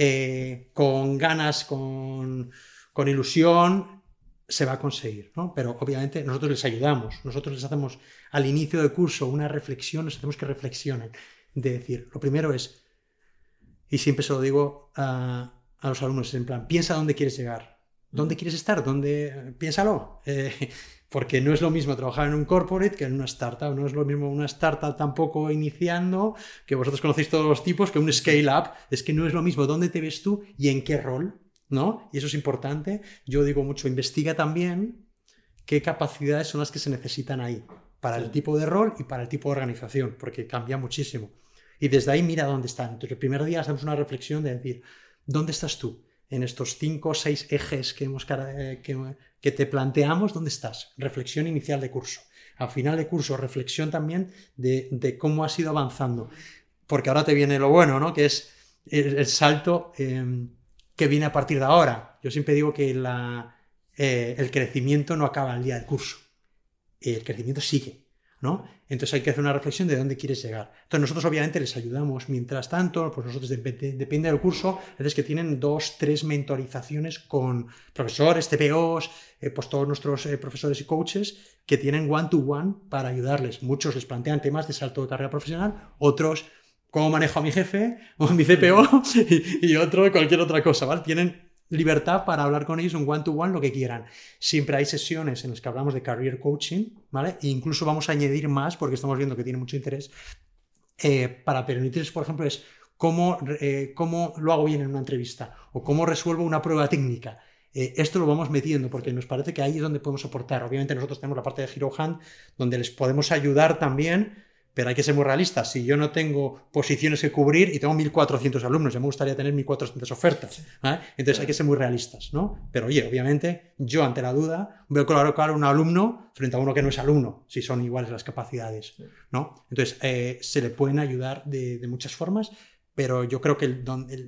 S1: Con ganas, con ilusión, se va a conseguir, ¿no? Pero obviamente nosotros les ayudamos, nosotros les hacemos al inicio del curso una reflexión, les hacemos que reflexionen, de decir, lo primero es, y siempre se lo digo a los alumnos, en plan, piensa dónde quieres llegar, dónde quieres estar, piénsalo, porque no es lo mismo trabajar en un corporate que en una startup, no es lo mismo una startup tampoco iniciando, que vosotros conocéis todos los tipos, que un scale-up, es que no es lo mismo dónde te ves tú y en qué rol, ¿no? Y eso es importante. Yo digo mucho, investiga también qué capacidades son las que se necesitan ahí, para el tipo de rol y para el tipo de organización, porque cambia muchísimo. Y desde ahí mira dónde están. Entonces el primer día hacemos una reflexión de decir, ¿dónde estás tú? En estos 5 o 6 ejes que te planteamos, ¿dónde estás? Reflexión inicial de curso. Al final de curso, reflexión también de cómo has ido avanzando. Porque ahora te viene lo bueno, ¿no? Que es el salto que viene a partir de ahora. Yo siempre digo que el crecimiento no acaba el día del curso. El crecimiento sigue, ¿no? Entonces hay que hacer una reflexión de dónde quieres llegar. Entonces nosotros obviamente les ayudamos. Mientras tanto, pues nosotros depende del curso, a veces que tienen 2, 3 mentorizaciones con profesores, TPOs, pues todos nuestros profesores y coaches que tienen one-to-one para ayudarles. Muchos les plantean temas de salto de carrera profesional, otros cómo manejo a mi jefe o a mi CPO y otro cualquier otra cosa, ¿vale? Tienen libertad para hablar con ellos un one-to-one, lo que quieran. Siempre hay sesiones en las que hablamos de career coaching, ¿vale? E incluso vamos a añadir más, porque estamos viendo que tiene mucho interés, para permitirles, por ejemplo, es cómo lo hago bien en una entrevista o cómo resuelvo una prueba técnica. Esto lo vamos metiendo porque nos parece que ahí es donde podemos aportar. Obviamente nosotros tenemos la parte de Hero Hand, donde les podemos ayudar también, pero hay que ser muy realistas. Si yo no tengo posiciones que cubrir y tengo 1.400 alumnos, ya me gustaría tener 1.400 ofertas, ¿eh? Entonces hay que ser muy realistas, ¿no? Pero oye, obviamente, yo ante la duda voy a colocar a un alumno frente a uno que no es alumno, si son iguales las capacidades, ¿no? Entonces se le pueden ayudar de muchas formas, pero yo creo que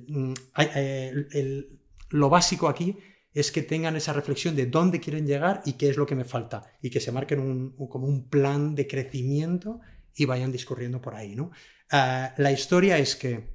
S1: lo básico aquí es que tengan esa reflexión de dónde quieren llegar y qué es lo que me falta, y que se marquen como un plan de crecimiento y vayan discurriendo por ahí, ¿no? La historia es que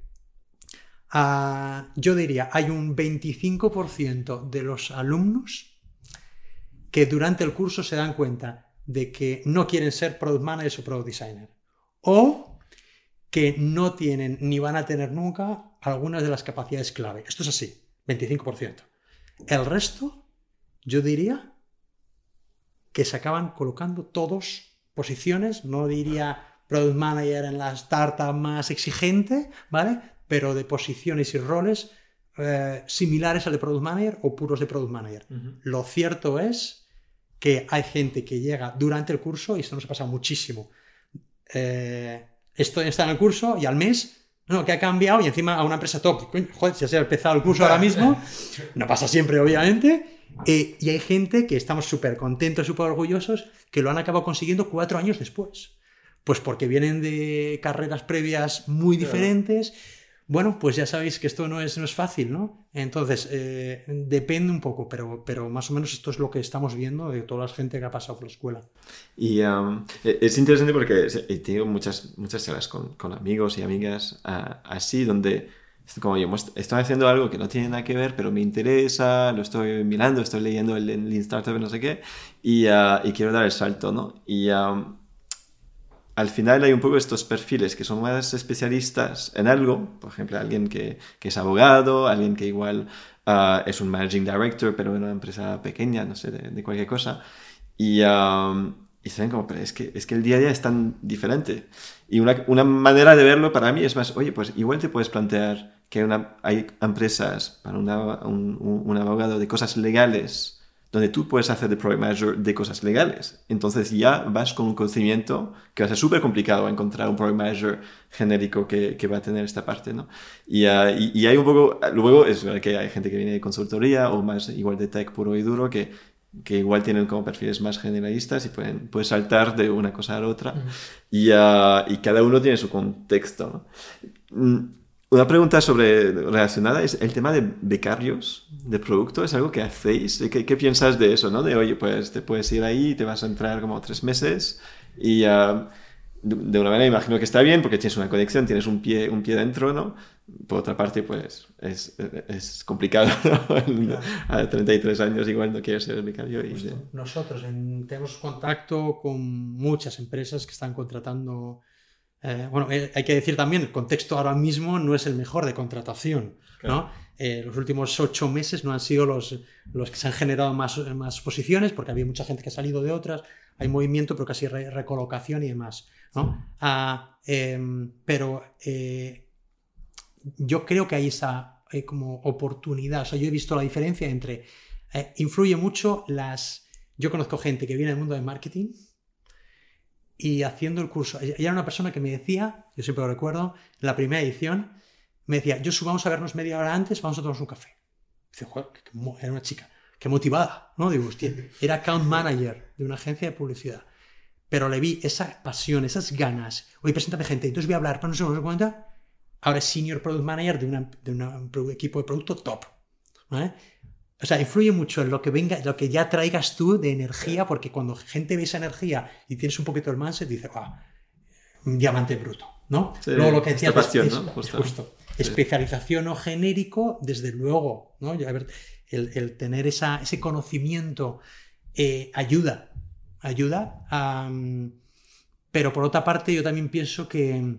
S1: yo diría, hay un 25% de los alumnos que durante el curso se dan cuenta de que no quieren ser Product Managers o Product Designer, o que no tienen ni van a tener nunca algunas de las capacidades clave. Esto es así, 25%. El resto, yo diría que se acaban colocando todos posiciones, no diría Product Manager en la startup más exigente, ¿vale? Pero de posiciones y roles similares al de Product Manager o puros de Product Manager. Lo cierto es que hay gente que llega durante el curso, y esto nos ha pasado muchísimo, está en el curso y al mes, que ha cambiado y encima a una empresa top. Joder, si has empezado el curso ahora mismo, no pasa siempre, obviamente. Y hay gente que estamos súper contentos, súper orgullosos, que lo han acabado consiguiendo 4 años después. Pues porque vienen de carreras previas muy diferentes. Bueno, pues ya sabéis que esto no es fácil, ¿no? Entonces, depende un poco, pero más o menos esto es lo que estamos viendo de toda la gente que ha pasado por la escuela.
S2: Y es interesante porque he tenido muchas charlas con amigos y amigas así, donde como yo estoy haciendo algo que no tiene nada que ver, pero me interesa, lo estoy mirando, estoy leyendo el Lean Startup, no sé qué, y quiero dar el salto, ¿no? Y al final hay un poco estos perfiles que son más especialistas en algo, por ejemplo, alguien que es abogado, alguien que igual es un managing director, pero en una empresa pequeña, no sé, de cualquier cosa, y se ven como, pero es que el día a día es tan diferente. Y una manera de verlo para mí es más, oye, pues igual te puedes plantear que hay empresas para un abogado de cosas legales, donde tú puedes hacer de Product Manager de cosas legales. Entonces ya vas con un conocimiento que va a ser súper complicado encontrar un Product Manager genérico que va a tener esta parte, ¿no? Y hay un poco... Luego es verdad que hay gente que viene de consultoría o más igual de tech puro y duro que igual tienen como perfiles más generalistas y pueden saltar de una cosa a la otra. Y cada uno tiene su contexto, ¿no? Una pregunta relacionada es el tema de becarios de producto. ¿Es algo que hacéis? ¿Qué piensas de eso, no? De, oye, pues te puedes ir ahí y te vas a entrar como 3 meses y de una manera imagino que está bien porque tienes una conexión, tienes un pie dentro, ¿no? Por otra parte, pues es complicado, ¿no? A 33 años igual no quieres ser becario.
S1: Nosotros tenemos contacto con muchas empresas que están contratando... hay que decir también, el contexto ahora mismo no es el mejor de contratación, ¿no? Los últimos 8 meses no han sido los que se han generado más posiciones, porque había mucha gente que ha salido de otras, hay movimiento, pero casi recolocación y demás, ¿no? Pero yo creo que hay esa como oportunidad. O sea, yo he visto la diferencia entre... influye mucho Yo conozco gente que viene del mundo del marketing y haciendo el curso, ella era una persona que me decía, yo siempre lo recuerdo, en la primera edición, me decía, vamos a vernos media hora antes, vamos a tomarnos un café. Dice, joder, era una chica, qué motivada, ¿no? Digo, hostia, era account manager de una agencia de publicidad. Pero le vi esa pasión, esas ganas. Oye, preséntame gente, entonces voy a hablar, para no se cuenta. Ahora es senior product manager de un equipo de producto top, ¿vale? O sea, influye mucho en lo que venga, lo que ya traigas tú de energía, porque cuando gente ve esa energía y tienes un poquito el mindset, dice, un diamante bruto, ¿no?
S2: Sí,
S1: luego lo que decías
S2: pasión,
S1: es,
S2: ¿no?
S1: justo. Sí. Especialización o genérico, desde luego, ¿no? A ver, el tener ese conocimiento ayuda. Pero por otra parte, yo también pienso que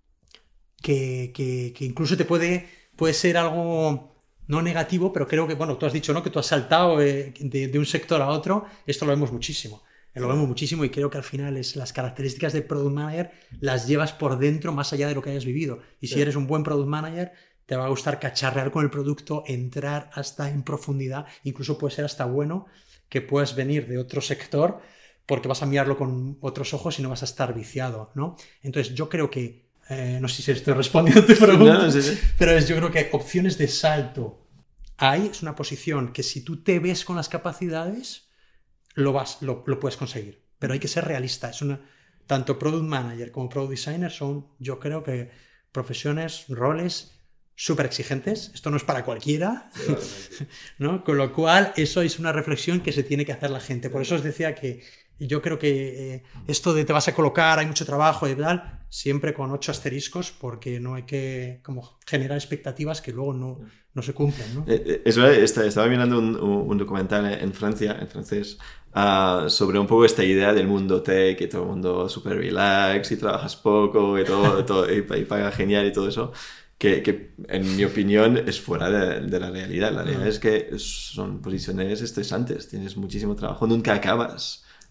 S1: incluso puede ser algo... no negativo, pero creo que, bueno, tú has dicho, ¿no? Que tú has saltado de un sector a otro. Esto lo vemos muchísimo. Y creo que al final las características de Product Manager las llevas por dentro más allá de lo que hayas vivido. Y si eres un buen Product Manager, te va a gustar cacharrear con el producto, entrar hasta en profundidad. Incluso puede ser hasta bueno que puedas venir de otro sector porque vas a mirarlo con otros ojos y no vas a estar viciado, ¿no? Entonces yo creo que no sé si estoy respondiendo a tu pregunta, sí. Pero yo creo que opciones de salto hay. Es una posición que si tú te ves con las capacidades, lo puedes conseguir. Pero hay que ser realista. Tanto Product Manager como Product Designer son, yo creo que, profesiones, roles súper exigentes. Esto no es para cualquiera, ¿no? Con lo cual, eso es una reflexión que se tiene que hacer la gente. Por eso os decía que yo creo que esto de te vas a colocar, hay mucho trabajo y tal, siempre con 8 asteriscos, porque no hay que como generar expectativas que luego no se cumplen, ¿no?
S2: Es verdad, estaba mirando un documental en francés, sobre un poco esta idea del mundo tech, que todo el mundo súper relax y trabajas poco y todo y paga genial y todo eso. Que en mi opinión es fuera de la realidad. La realidad es que son posiciones estresantes, tienes muchísimo trabajo, nunca acabas.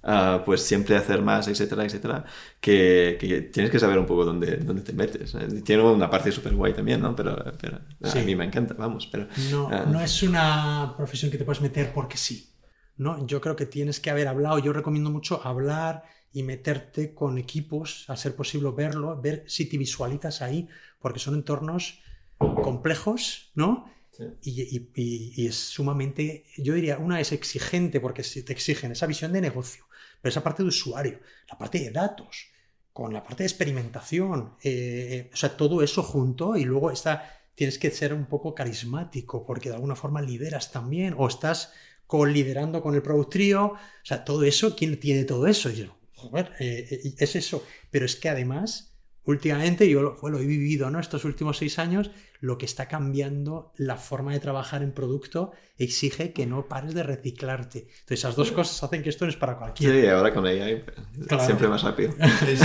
S2: pues siempre hacer más, etcétera, etcétera, que tienes que saber un poco dónde te metes. Tiene una parte súper guay también, ¿no? Pero
S1: Sí.
S2: a mí me encanta, vamos. Pero,
S1: No es una profesión que te puedes meter porque sí, ¿no? Yo creo que tienes que haber hablado. Yo recomiendo mucho hablar y meterte con equipos, a ser posible verlo, ver si te visualizas ahí, porque son entornos complejos, ¿no?
S2: Sí.
S1: Y es sumamente, yo diría, una es exigente porque si te exigen esa visión de negocio, pero esa parte de usuario, la parte de datos, con la parte de experimentación, o sea, todo eso junto, y luego tienes que ser un poco carismático porque de alguna forma lideras también, o estás liderando con el Product Trio, o sea, todo eso, ¿quién tiene todo eso? Y yo, joder, es eso, pero es que además, últimamente, yo lo he vivido, ¿no? Estos últimos 6 años, lo que está cambiando la forma de trabajar en producto exige que no pares de reciclarte. Entonces, esas dos cosas hacen que esto no es para cualquiera.
S2: Sí, ahora con AI
S1: Claro.
S2: siempre más rápido.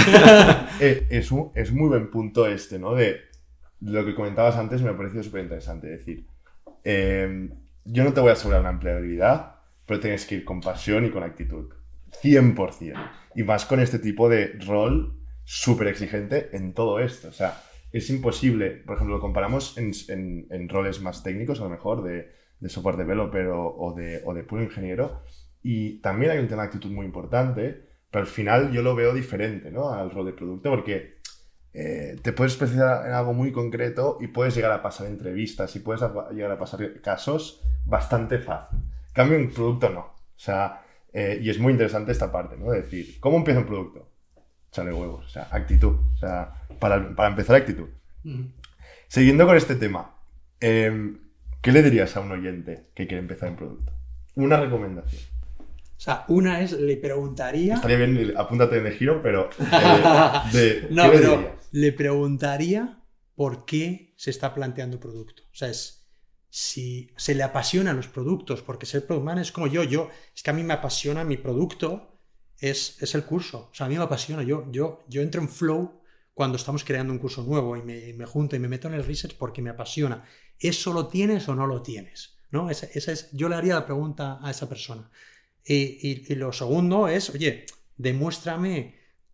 S3: Es muy buen punto ¿no? De lo que comentabas antes me ha parecido súper interesante. Es decir, yo no te voy a asegurar una empleabilidad, pero tienes que ir con pasión y con actitud. 100%. Y más con este tipo de rol súper exigente en todo esto. O sea, es imposible. Por ejemplo, lo comparamos en roles más técnicos, a lo mejor, de software developer o de puro ingeniero. Y también hay un tema de actitud muy importante, pero al final yo lo veo diferente, ¿no? Al rol de producto, porque te puedes especializar en algo muy concreto y puedes llegar a pasar entrevistas y puedes llegar a pasar casos bastante fácil. En cambio, en producto no. O sea, y es muy interesante esta parte, ¿no? De decir, ¿cómo empieza un producto? Échale huevos, o sea, actitud. O sea, para empezar, actitud. Siguiendo con este tema, ¿qué le dirías a un oyente que quiere empezar en producto? Una recomendación.
S1: O sea, una es, le preguntaría...
S3: Estaría bien, apúntate en el giro, pero...
S1: no, pero le preguntaría por qué se está planteando el producto. O sea, si se le apasionan los productos, porque ser product manager es como yo, es que a mí me apasiona mi producto, es el curso. O sea, a mí me apasiona. Yo entro en flow cuando estamos creando un curso nuevo y me junto y me meto en el research porque me apasiona. ¿Eso lo tienes o no lo tienes? ¿No? Yo le haría la pregunta a esa persona. Y lo segundo es, oye, demuéstrame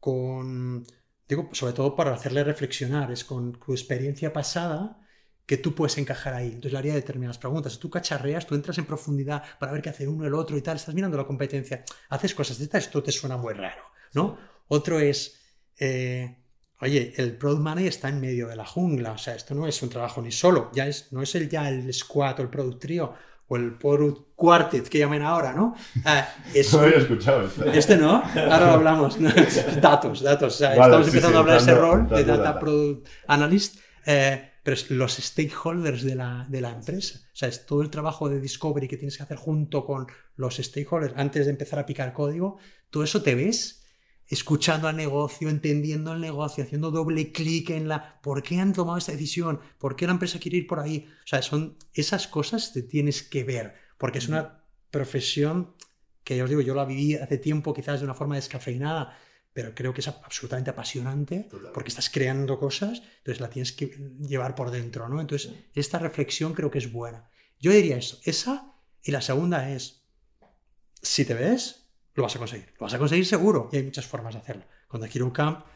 S1: sobre todo para hacerle reflexionar, es con tu experiencia pasada que tú puedes encajar ahí. Entonces le haría determinadas preguntas. Tú cacharreas, tú entras en profundidad para ver qué hace uno, el otro y tal, estás mirando la competencia, haces cosas de estas, esto te suena muy raro, ¿no? Otro es, oye, el Product Manager está en medio de la jungla, o sea, esto no es un trabajo ni solo, no es el Squad o el Product Trio, o el Product Quartet que llaman ahora, ¿no?
S3: No había escuchado esto.
S1: Este no, ahora lo hablamos. Datos. O sea, vale, estamos empezando a hablar de ese rol de Data Product Analyst, pero es los stakeholders de la empresa. O sea, es todo el trabajo de discovery que tienes que hacer junto con los stakeholders antes de empezar a picar código. Todo eso te ves escuchando al negocio, entendiendo el negocio, haciendo doble clic en ¿por qué han tomado esta decisión? ¿Por qué la empresa quiere ir por ahí? O sea, son esas cosas que tienes que ver, porque es una profesión que, os digo, yo la viví hace tiempo quizás de una forma descafeinada, pero creo que es absolutamente apasionante porque estás creando cosas, entonces la tienes que llevar por dentro, ¿no? Entonces, esta reflexión creo que es buena. Yo diría eso, esa, y la segunda es, si te ves, lo vas a conseguir seguro, y hay muchas formas de hacerlo. Cuando quiero un camp,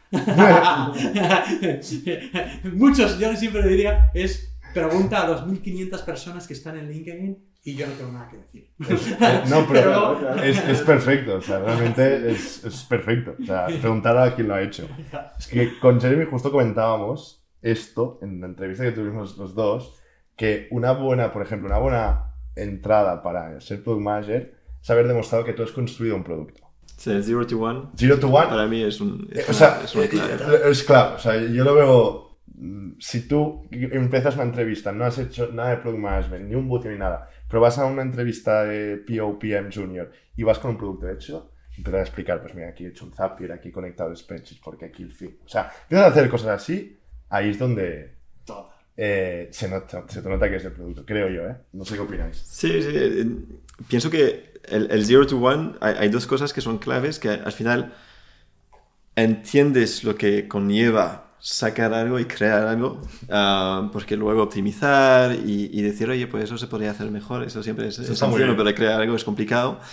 S1: yo siempre le diría, pregunta a 2.500 personas que están en LinkedIn y yo no tengo nada que decir.
S3: No, pero es perfecto, o sea, realmente es perfecto. O sea, preguntar a quien lo ha hecho. Es que con Jeremy justo comentábamos esto en la entrevista que tuvimos los dos, que una buena entrada para ser Product Manager es haber demostrado que tú has construido un producto.
S2: Sí, 0 to 1.
S3: 0 to 1.
S2: Para mí es una
S3: clave. Es clave. O sea, yo lo veo. Si tú empiezas una entrevista, no has hecho nada de Product Management, ni un bootcamp ni nada, pero vas a una entrevista de POPM Junior y vas con un producto hecho, empiezas a explicar, pues mira, aquí he hecho un Zapier, aquí he conectado el spreadsheet, porque aquí el feed. O sea, empiezas a hacer cosas así, ahí es donde se te nota que es el producto, creo yo, ¿eh? No sé qué opináis.
S2: Sí. Pienso que el 0 to 1, hay dos cosas que son claves, que al final entiendes lo que conlleva sacar algo y crear algo, porque luego optimizar y decir, oye, pues eso se podría hacer mejor, eso siempre es sencillo, pero crear algo es complicado.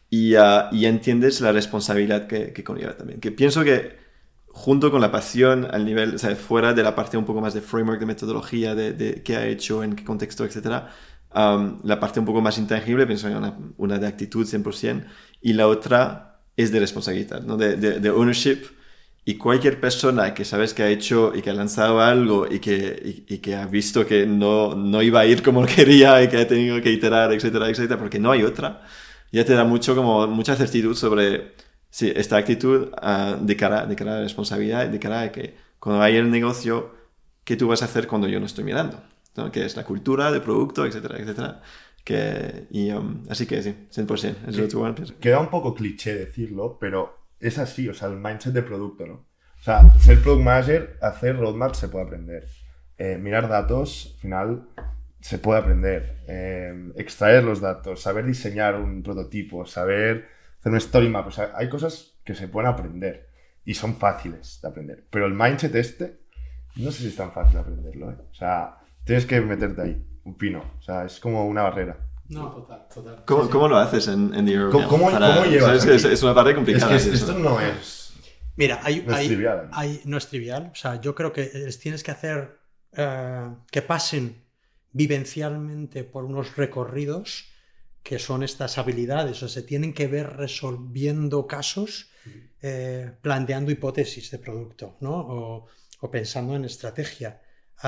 S2: y entiendes la responsabilidad que conlleva también. Que pienso que junto con la pasión al nivel, o sea, fuera de la parte un poco más de framework, de metodología, de qué ha hecho, en qué contexto, etcétera, la parte un poco más intangible, pienso que una de actitud 100%, y la otra es de responsabilidad, ¿no? De ownership. Y cualquier persona que sabes que ha hecho y que ha lanzado algo y que ha visto que no iba a ir como quería y que ha tenido que iterar, etcétera, etcétera, porque no hay otra, ya te da mucha certidumbre sobre sí, esta actitud de cara a la responsabilidad, de cara a que cuando vaya el negocio, ¿qué tú vas a hacer cuando yo no estoy mirando? ¿No? Que es la cultura del producto, etcétera, etcétera. Así que sí, 100%. Es lo que tú piensas.
S3: Queda un poco cliché decirlo, pero es así, o sea, el mindset de producto, ¿no? O sea, ser product manager, hacer roadmap se puede aprender. Mirar datos, al final, se puede aprender. Extraer los datos, saber diseñar un prototipo, saber hacer un story map. O sea, hay cosas que se pueden aprender y son fáciles de aprender. Pero el mindset no sé si es tan fácil de aprenderlo, ¿eh? O sea, tienes que meterte ahí, un pino. O sea, es como una barrera.
S1: No, total.
S2: ¿Cómo lo haces en The European?
S3: ¿Cómo llevas
S2: es una parte complicada.
S3: Es que esto no es...
S1: Mira,
S3: no es trivial.
S1: No es trivial. O sea, yo creo que les tienes que hacer que pasen vivencialmente por unos recorridos que son estas habilidades. O sea, se tienen que ver resolviendo casos, planteando hipótesis de producto, ¿no? O pensando en estrategia.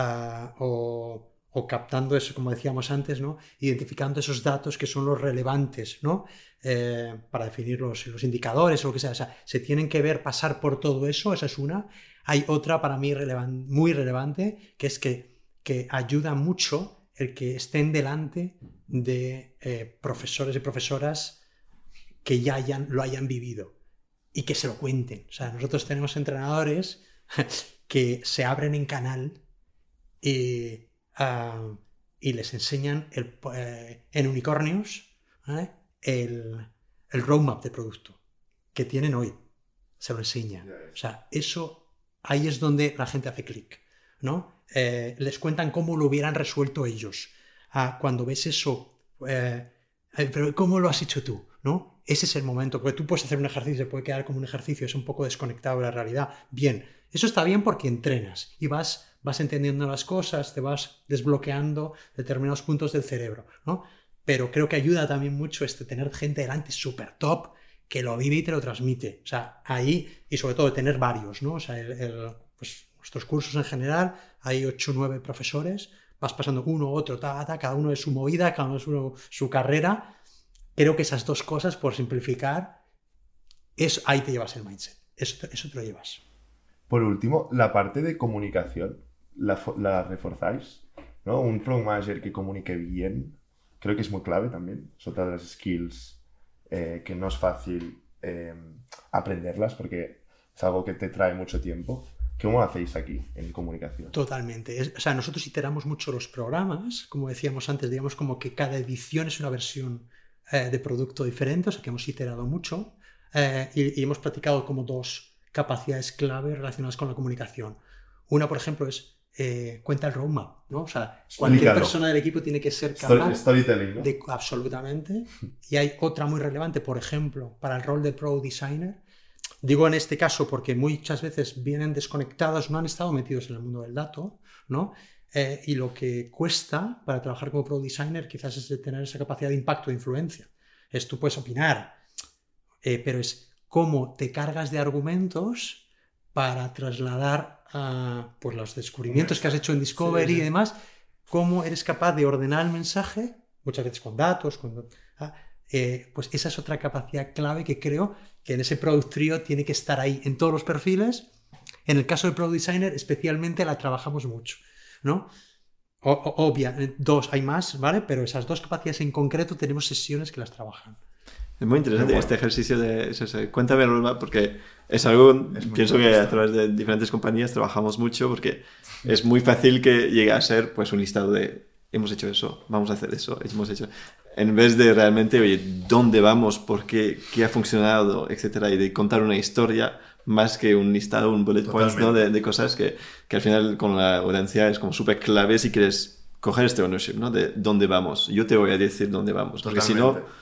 S1: O captando eso, como decíamos antes, ¿no? Identificando esos datos que son los relevantes, ¿no? Para definir los indicadores o lo que sea. O sea, se tienen que ver pasar por todo eso, esa es una. Hay otra para mí muy relevante, que es que ayuda mucho el que estén delante de profesores y profesoras que ya lo hayan vivido y que se lo cuenten. O sea, nosotros tenemos entrenadores que se abren en canal y les enseñan en unicornios, ¿vale? el roadmap de producto que tienen hoy. Se lo enseñan. O sea, eso, ahí es donde la gente hace clic, ¿no? Les cuentan cómo lo hubieran resuelto ellos. Cuando ves eso, pero ¿cómo lo has hecho tú? ¿No? Ese es el momento, porque tú puedes hacer un ejercicio, se puede quedar como un ejercicio, es un poco desconectado de la realidad. Bien, eso está bien porque entrenas y vas entendiendo las cosas, te vas desbloqueando determinados puntos del cerebro, ¿no? Pero creo que ayuda también mucho tener gente delante súper top que lo vive y te lo transmite. O sea, ahí, y sobre todo tener varios, ¿no? O sea, pues nuestros cursos en general, hay 8 o 9 profesores, vas pasando uno, otro, cada uno de su movida, cada uno de su carrera. Creo que esas dos cosas, por simplificar, ahí te llevas el mindset. Eso te lo llevas.
S3: Por último, la parte de comunicación, ¿la reforzáis? ¿No? Un product manager que comunique bien, creo que es muy clave también. Es otra de las skills que no es fácil aprenderlas porque es algo que te trae mucho tiempo. ¿Cómo hacéis aquí en comunicación?
S1: Totalmente. O sea, nosotros iteramos mucho los programas, como decíamos antes, digamos como que cada edición es una versión de producto diferente, o sea que hemos iterado mucho y hemos practicado como 2 capacidades clave relacionadas con la comunicación. Una, por ejemplo, es cuenta el roadmap, ¿no? O sea, cualquier persona del equipo tiene que ser capaz
S3: Storytelling, ¿no?
S1: Absolutamente. Y hay otra muy relevante, por ejemplo, para el rol de Product Designer. Digo en este caso porque muchas veces vienen desconectados, no han estado metidos en el mundo del dato, ¿no? Y lo que cuesta para trabajar como Product Designer quizás es de tener esa capacidad de impacto, de influencia. Tú puedes opinar, pero es cómo te cargas de argumentos para trasladar pues los descubrimientos que has hecho en Discovery y demás, cómo eres capaz de ordenar el mensaje, muchas veces con datos, pues esa es otra capacidad clave que creo que en ese Product Trio tiene que estar ahí en todos los perfiles. En el caso del Product Designer especialmente la trabajamos mucho, ¿no? Obvia, 2 hay más, ¿vale? Pero esas 2 capacidades en concreto tenemos sesiones que las trabajan.
S2: Es muy interesante este ejercicio de cuéntame el roadmap, porque es algo, pienso que a través de diferentes compañías trabajamos mucho, porque es muy fácil que llegue a ser pues un listado de hemos hecho eso, vamos a hacer eso, hemos hecho, en vez de realmente, oye, ¿dónde vamos? ¿Por qué? ¿Qué ha funcionado? Etcétera, y de contar una historia más que un listado, un bullet points, ¿no? de cosas que al final con la audiencia es como súper clave si quieres coger este ownership, ¿no? De dónde vamos. Yo te voy a decir dónde vamos, porque si no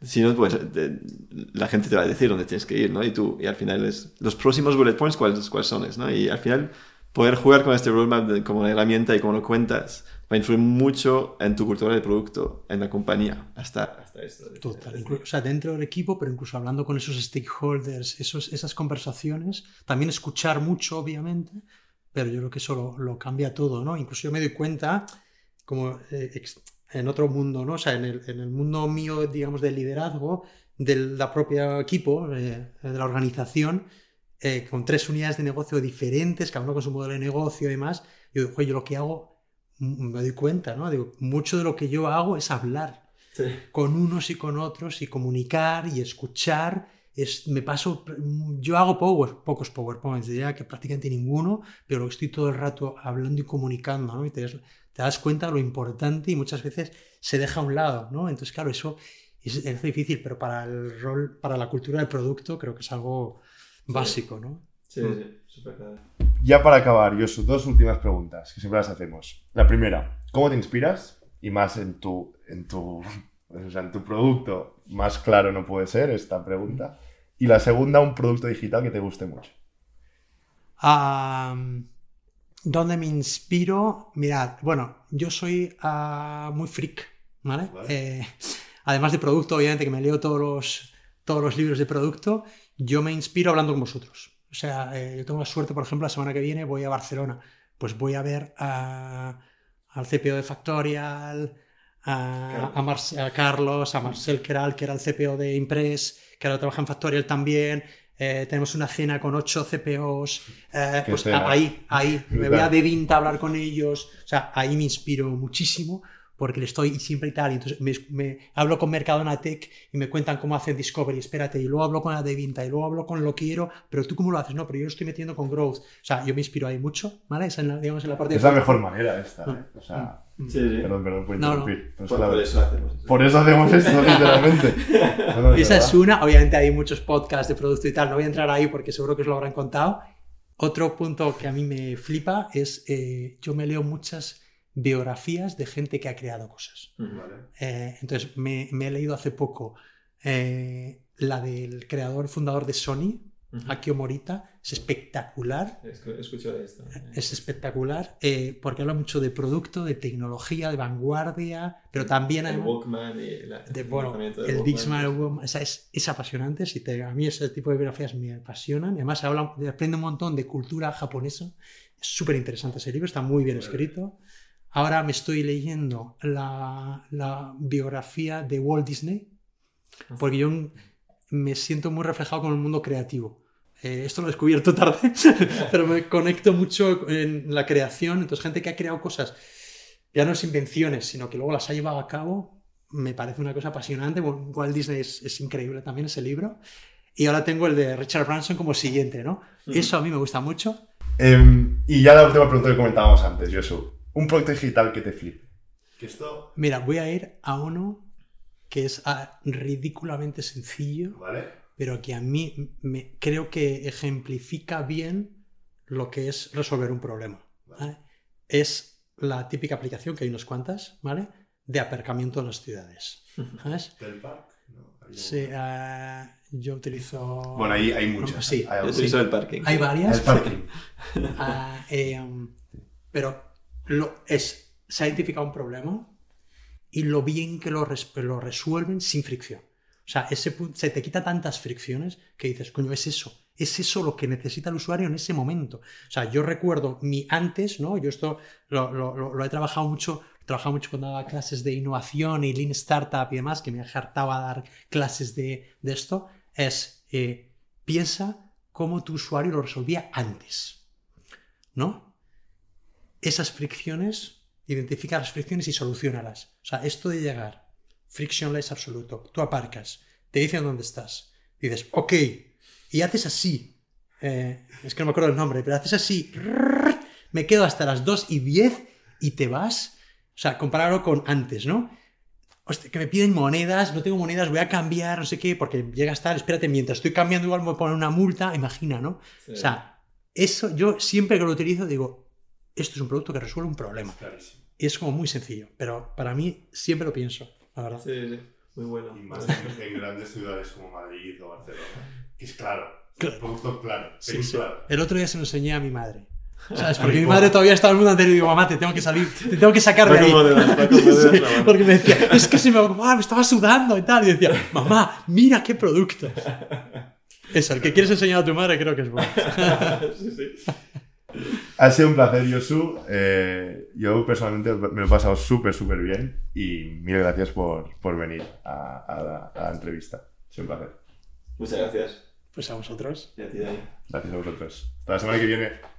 S2: Si no, pues la gente te va a decir dónde tienes que ir, ¿no? Y al final los próximos bullet points, ¿cuáles son? ¿No? Y al final poder jugar con este roadmap como una herramienta y como lo cuentas va a influir mucho en tu cultura de producto, en la compañía, hasta esto.
S1: Total, o sea, dentro del equipo, pero incluso hablando con esos stakeholders, esas conversaciones, también escuchar mucho, obviamente, pero yo creo que eso lo cambia todo, ¿no? Incluso yo me doy cuenta, como en otro mundo, ¿no? O sea, en el mundo mío, digamos, del liderazgo, del propio equipo, de la organización, con 3 unidades de negocio diferentes, cada uno con su modelo de negocio y demás, yo lo que hago, me doy cuenta, ¿no? Digo, mucho de lo que yo hago es hablar con unos y con otros y comunicar y escuchar. Yo hago pocos PowerPoints, diría que prácticamente ninguno, pero estoy todo el rato hablando y comunicando, ¿no? Y te das cuenta de lo importante y muchas veces se deja a un lado, ¿no? Entonces, claro, eso es difícil, pero para el rol, para la cultura del producto, creo que es algo básico, ¿no?
S2: Sí, súper claro.
S3: Ya para acabar, Josu, 2 últimas preguntas que siempre las hacemos. La primera, ¿cómo te inspiras? Y más en tu producto, más claro no puede ser esta pregunta. Y la segunda, un producto digital que te guste mucho.
S1: ¿Dónde me inspiro? Mirad, bueno, yo soy muy freak, ¿vale? Además de producto, obviamente, que me leo todos los libros de producto, yo me inspiro hablando con vosotros. O sea, yo tengo la suerte, por ejemplo, la semana que viene voy a Barcelona, pues voy a ver al CPO de Factorial, a Carlos, a Marcel Queralt, que era el CPO de Impress, que ahora trabaja en Factorial también. Tenemos una cena con 8 CPOs, pues ahí me voy a Devinta a hablar con ellos. O sea, ahí me inspiro muchísimo porque le estoy siempre y tal, y entonces me hablo con Mercadona Tech y me cuentan cómo hacen Discovery, espérate, y luego hablo con la Devinta y luego hablo con Lo Quiero, pero tú cómo lo haces, no, pero yo lo estoy metiendo con Growth. O sea, yo me inspiro ahí mucho, ¿vale? Esa digamos, en la parte
S3: es la mejor manera esta, ¿eh? O sea,
S2: sí.
S3: Perdón, puedo interrumpir.
S2: No. Por eso hacemos eso.
S3: Por eso hacemos esto, literalmente.
S1: Esa es una, obviamente hay muchos podcasts de producto y tal, no voy a entrar ahí porque seguro que os lo habrán contado. Otro punto que a mí me flipa es, yo me leo muchas biografías de gente que ha creado cosas.
S2: Vale.
S1: Entonces me he leído hace poco la del fundador de Sony, Akio Morita. Es espectacular.
S2: Escucho de esto.
S1: Es espectacular porque habla mucho de producto, de tecnología, de vanguardia, pero también
S2: el Walkman y
S1: el Dixman, o sea, es apasionante. A mí ese tipo de biografías me apasionan. Además aprende un montón de cultura japonesa. Es súper interesante ese libro, está muy bien escrito. Ahora me estoy leyendo la biografía de Walt Disney, porque yo me siento muy reflejado con el mundo creativo. Esto lo he descubierto tarde, pero me conecto mucho en la creación. Entonces, gente que ha creado cosas, ya no es invenciones, sino que luego las ha llevado a cabo, me parece una cosa apasionante. Walt Disney es increíble también ese libro. Y ahora tengo el de Richard Branson como siguiente, ¿no? Eso a mí me gusta mucho.
S3: Y ya la última pregunta que comentábamos antes, Josu. Un producto digital que te flipe.
S1: Mira, voy a ir a uno que es ridículamente sencillo, ¿vale? Pero que a mí creo que ejemplifica bien lo que es resolver un problema, ¿vale? Es la típica aplicación, que hay unas cuantas, ¿vale? De aparcamiento en las ciudades, ¿sabes?
S3: ¿Del parque? No,
S1: sí, yo utilizo...
S3: Bueno, ahí hay muchas.
S1: Sí,
S2: yo utilizo el parking.
S1: Hay varias.
S3: El parking.
S1: Pero se ha identificado un problema y lo bien que lo resuelven sin fricción. O sea, se te quita tantas fricciones que dices, coño, es eso lo que necesita el usuario en ese momento. O sea, yo recuerdo mi antes, ¿no? Yo esto lo he trabajado mucho cuando daba clases de innovación y Lean Startup y demás, que me hartaba dar clases de esto, piensa cómo tu usuario lo resolvía antes, ¿no? Esas fricciones, identifica las fricciones y soluciónalas. O sea, esto de llegar, frictionless absoluto, tú aparcas, te dicen dónde estás, dices, ok, y haces así, es que no me acuerdo el nombre, pero haces así, me quedo hasta las 2:10 y te vas. O sea, compararlo con antes, ¿no? Hostia, que me piden monedas, no tengo monedas, voy a cambiar, no sé qué, porque llega a estar, espérate, mientras estoy cambiando igual me voy a poner una multa, imagina, ¿no? Sí. O sea, eso yo siempre que lo utilizo digo, esto es un producto que resuelve un problema.
S3: Clarísimo.
S1: Y es como muy sencillo, pero para mí siempre lo pienso, la verdad.
S2: Sí. Muy bueno.
S3: Y más en grandes ciudades como Madrid o Barcelona. Que es claro. Producto claro.
S1: Sí.
S3: Claro.
S1: El otro día se lo enseñé a mi madre. ¿Sabes? Porque mi madre todavía estaba en el mundo anterior y digo, mamá, te tengo que salir, te tengo que sacar de ahí. Sí, porque me decía, es que me estaba sudando y tal. Y decía, mamá, mira qué producto. Eso, el que quieres enseñar a tu madre creo que es bueno.
S3: Sí. Ha sido un placer, Josu. Yo personalmente me lo he pasado súper bien y mil gracias por venir a la entrevista. Ha sido un placer.
S2: Muchas gracias.
S1: Pues a vosotros.
S2: Y a ti, Dani.
S3: Gracias a vosotros. Hasta la semana que viene.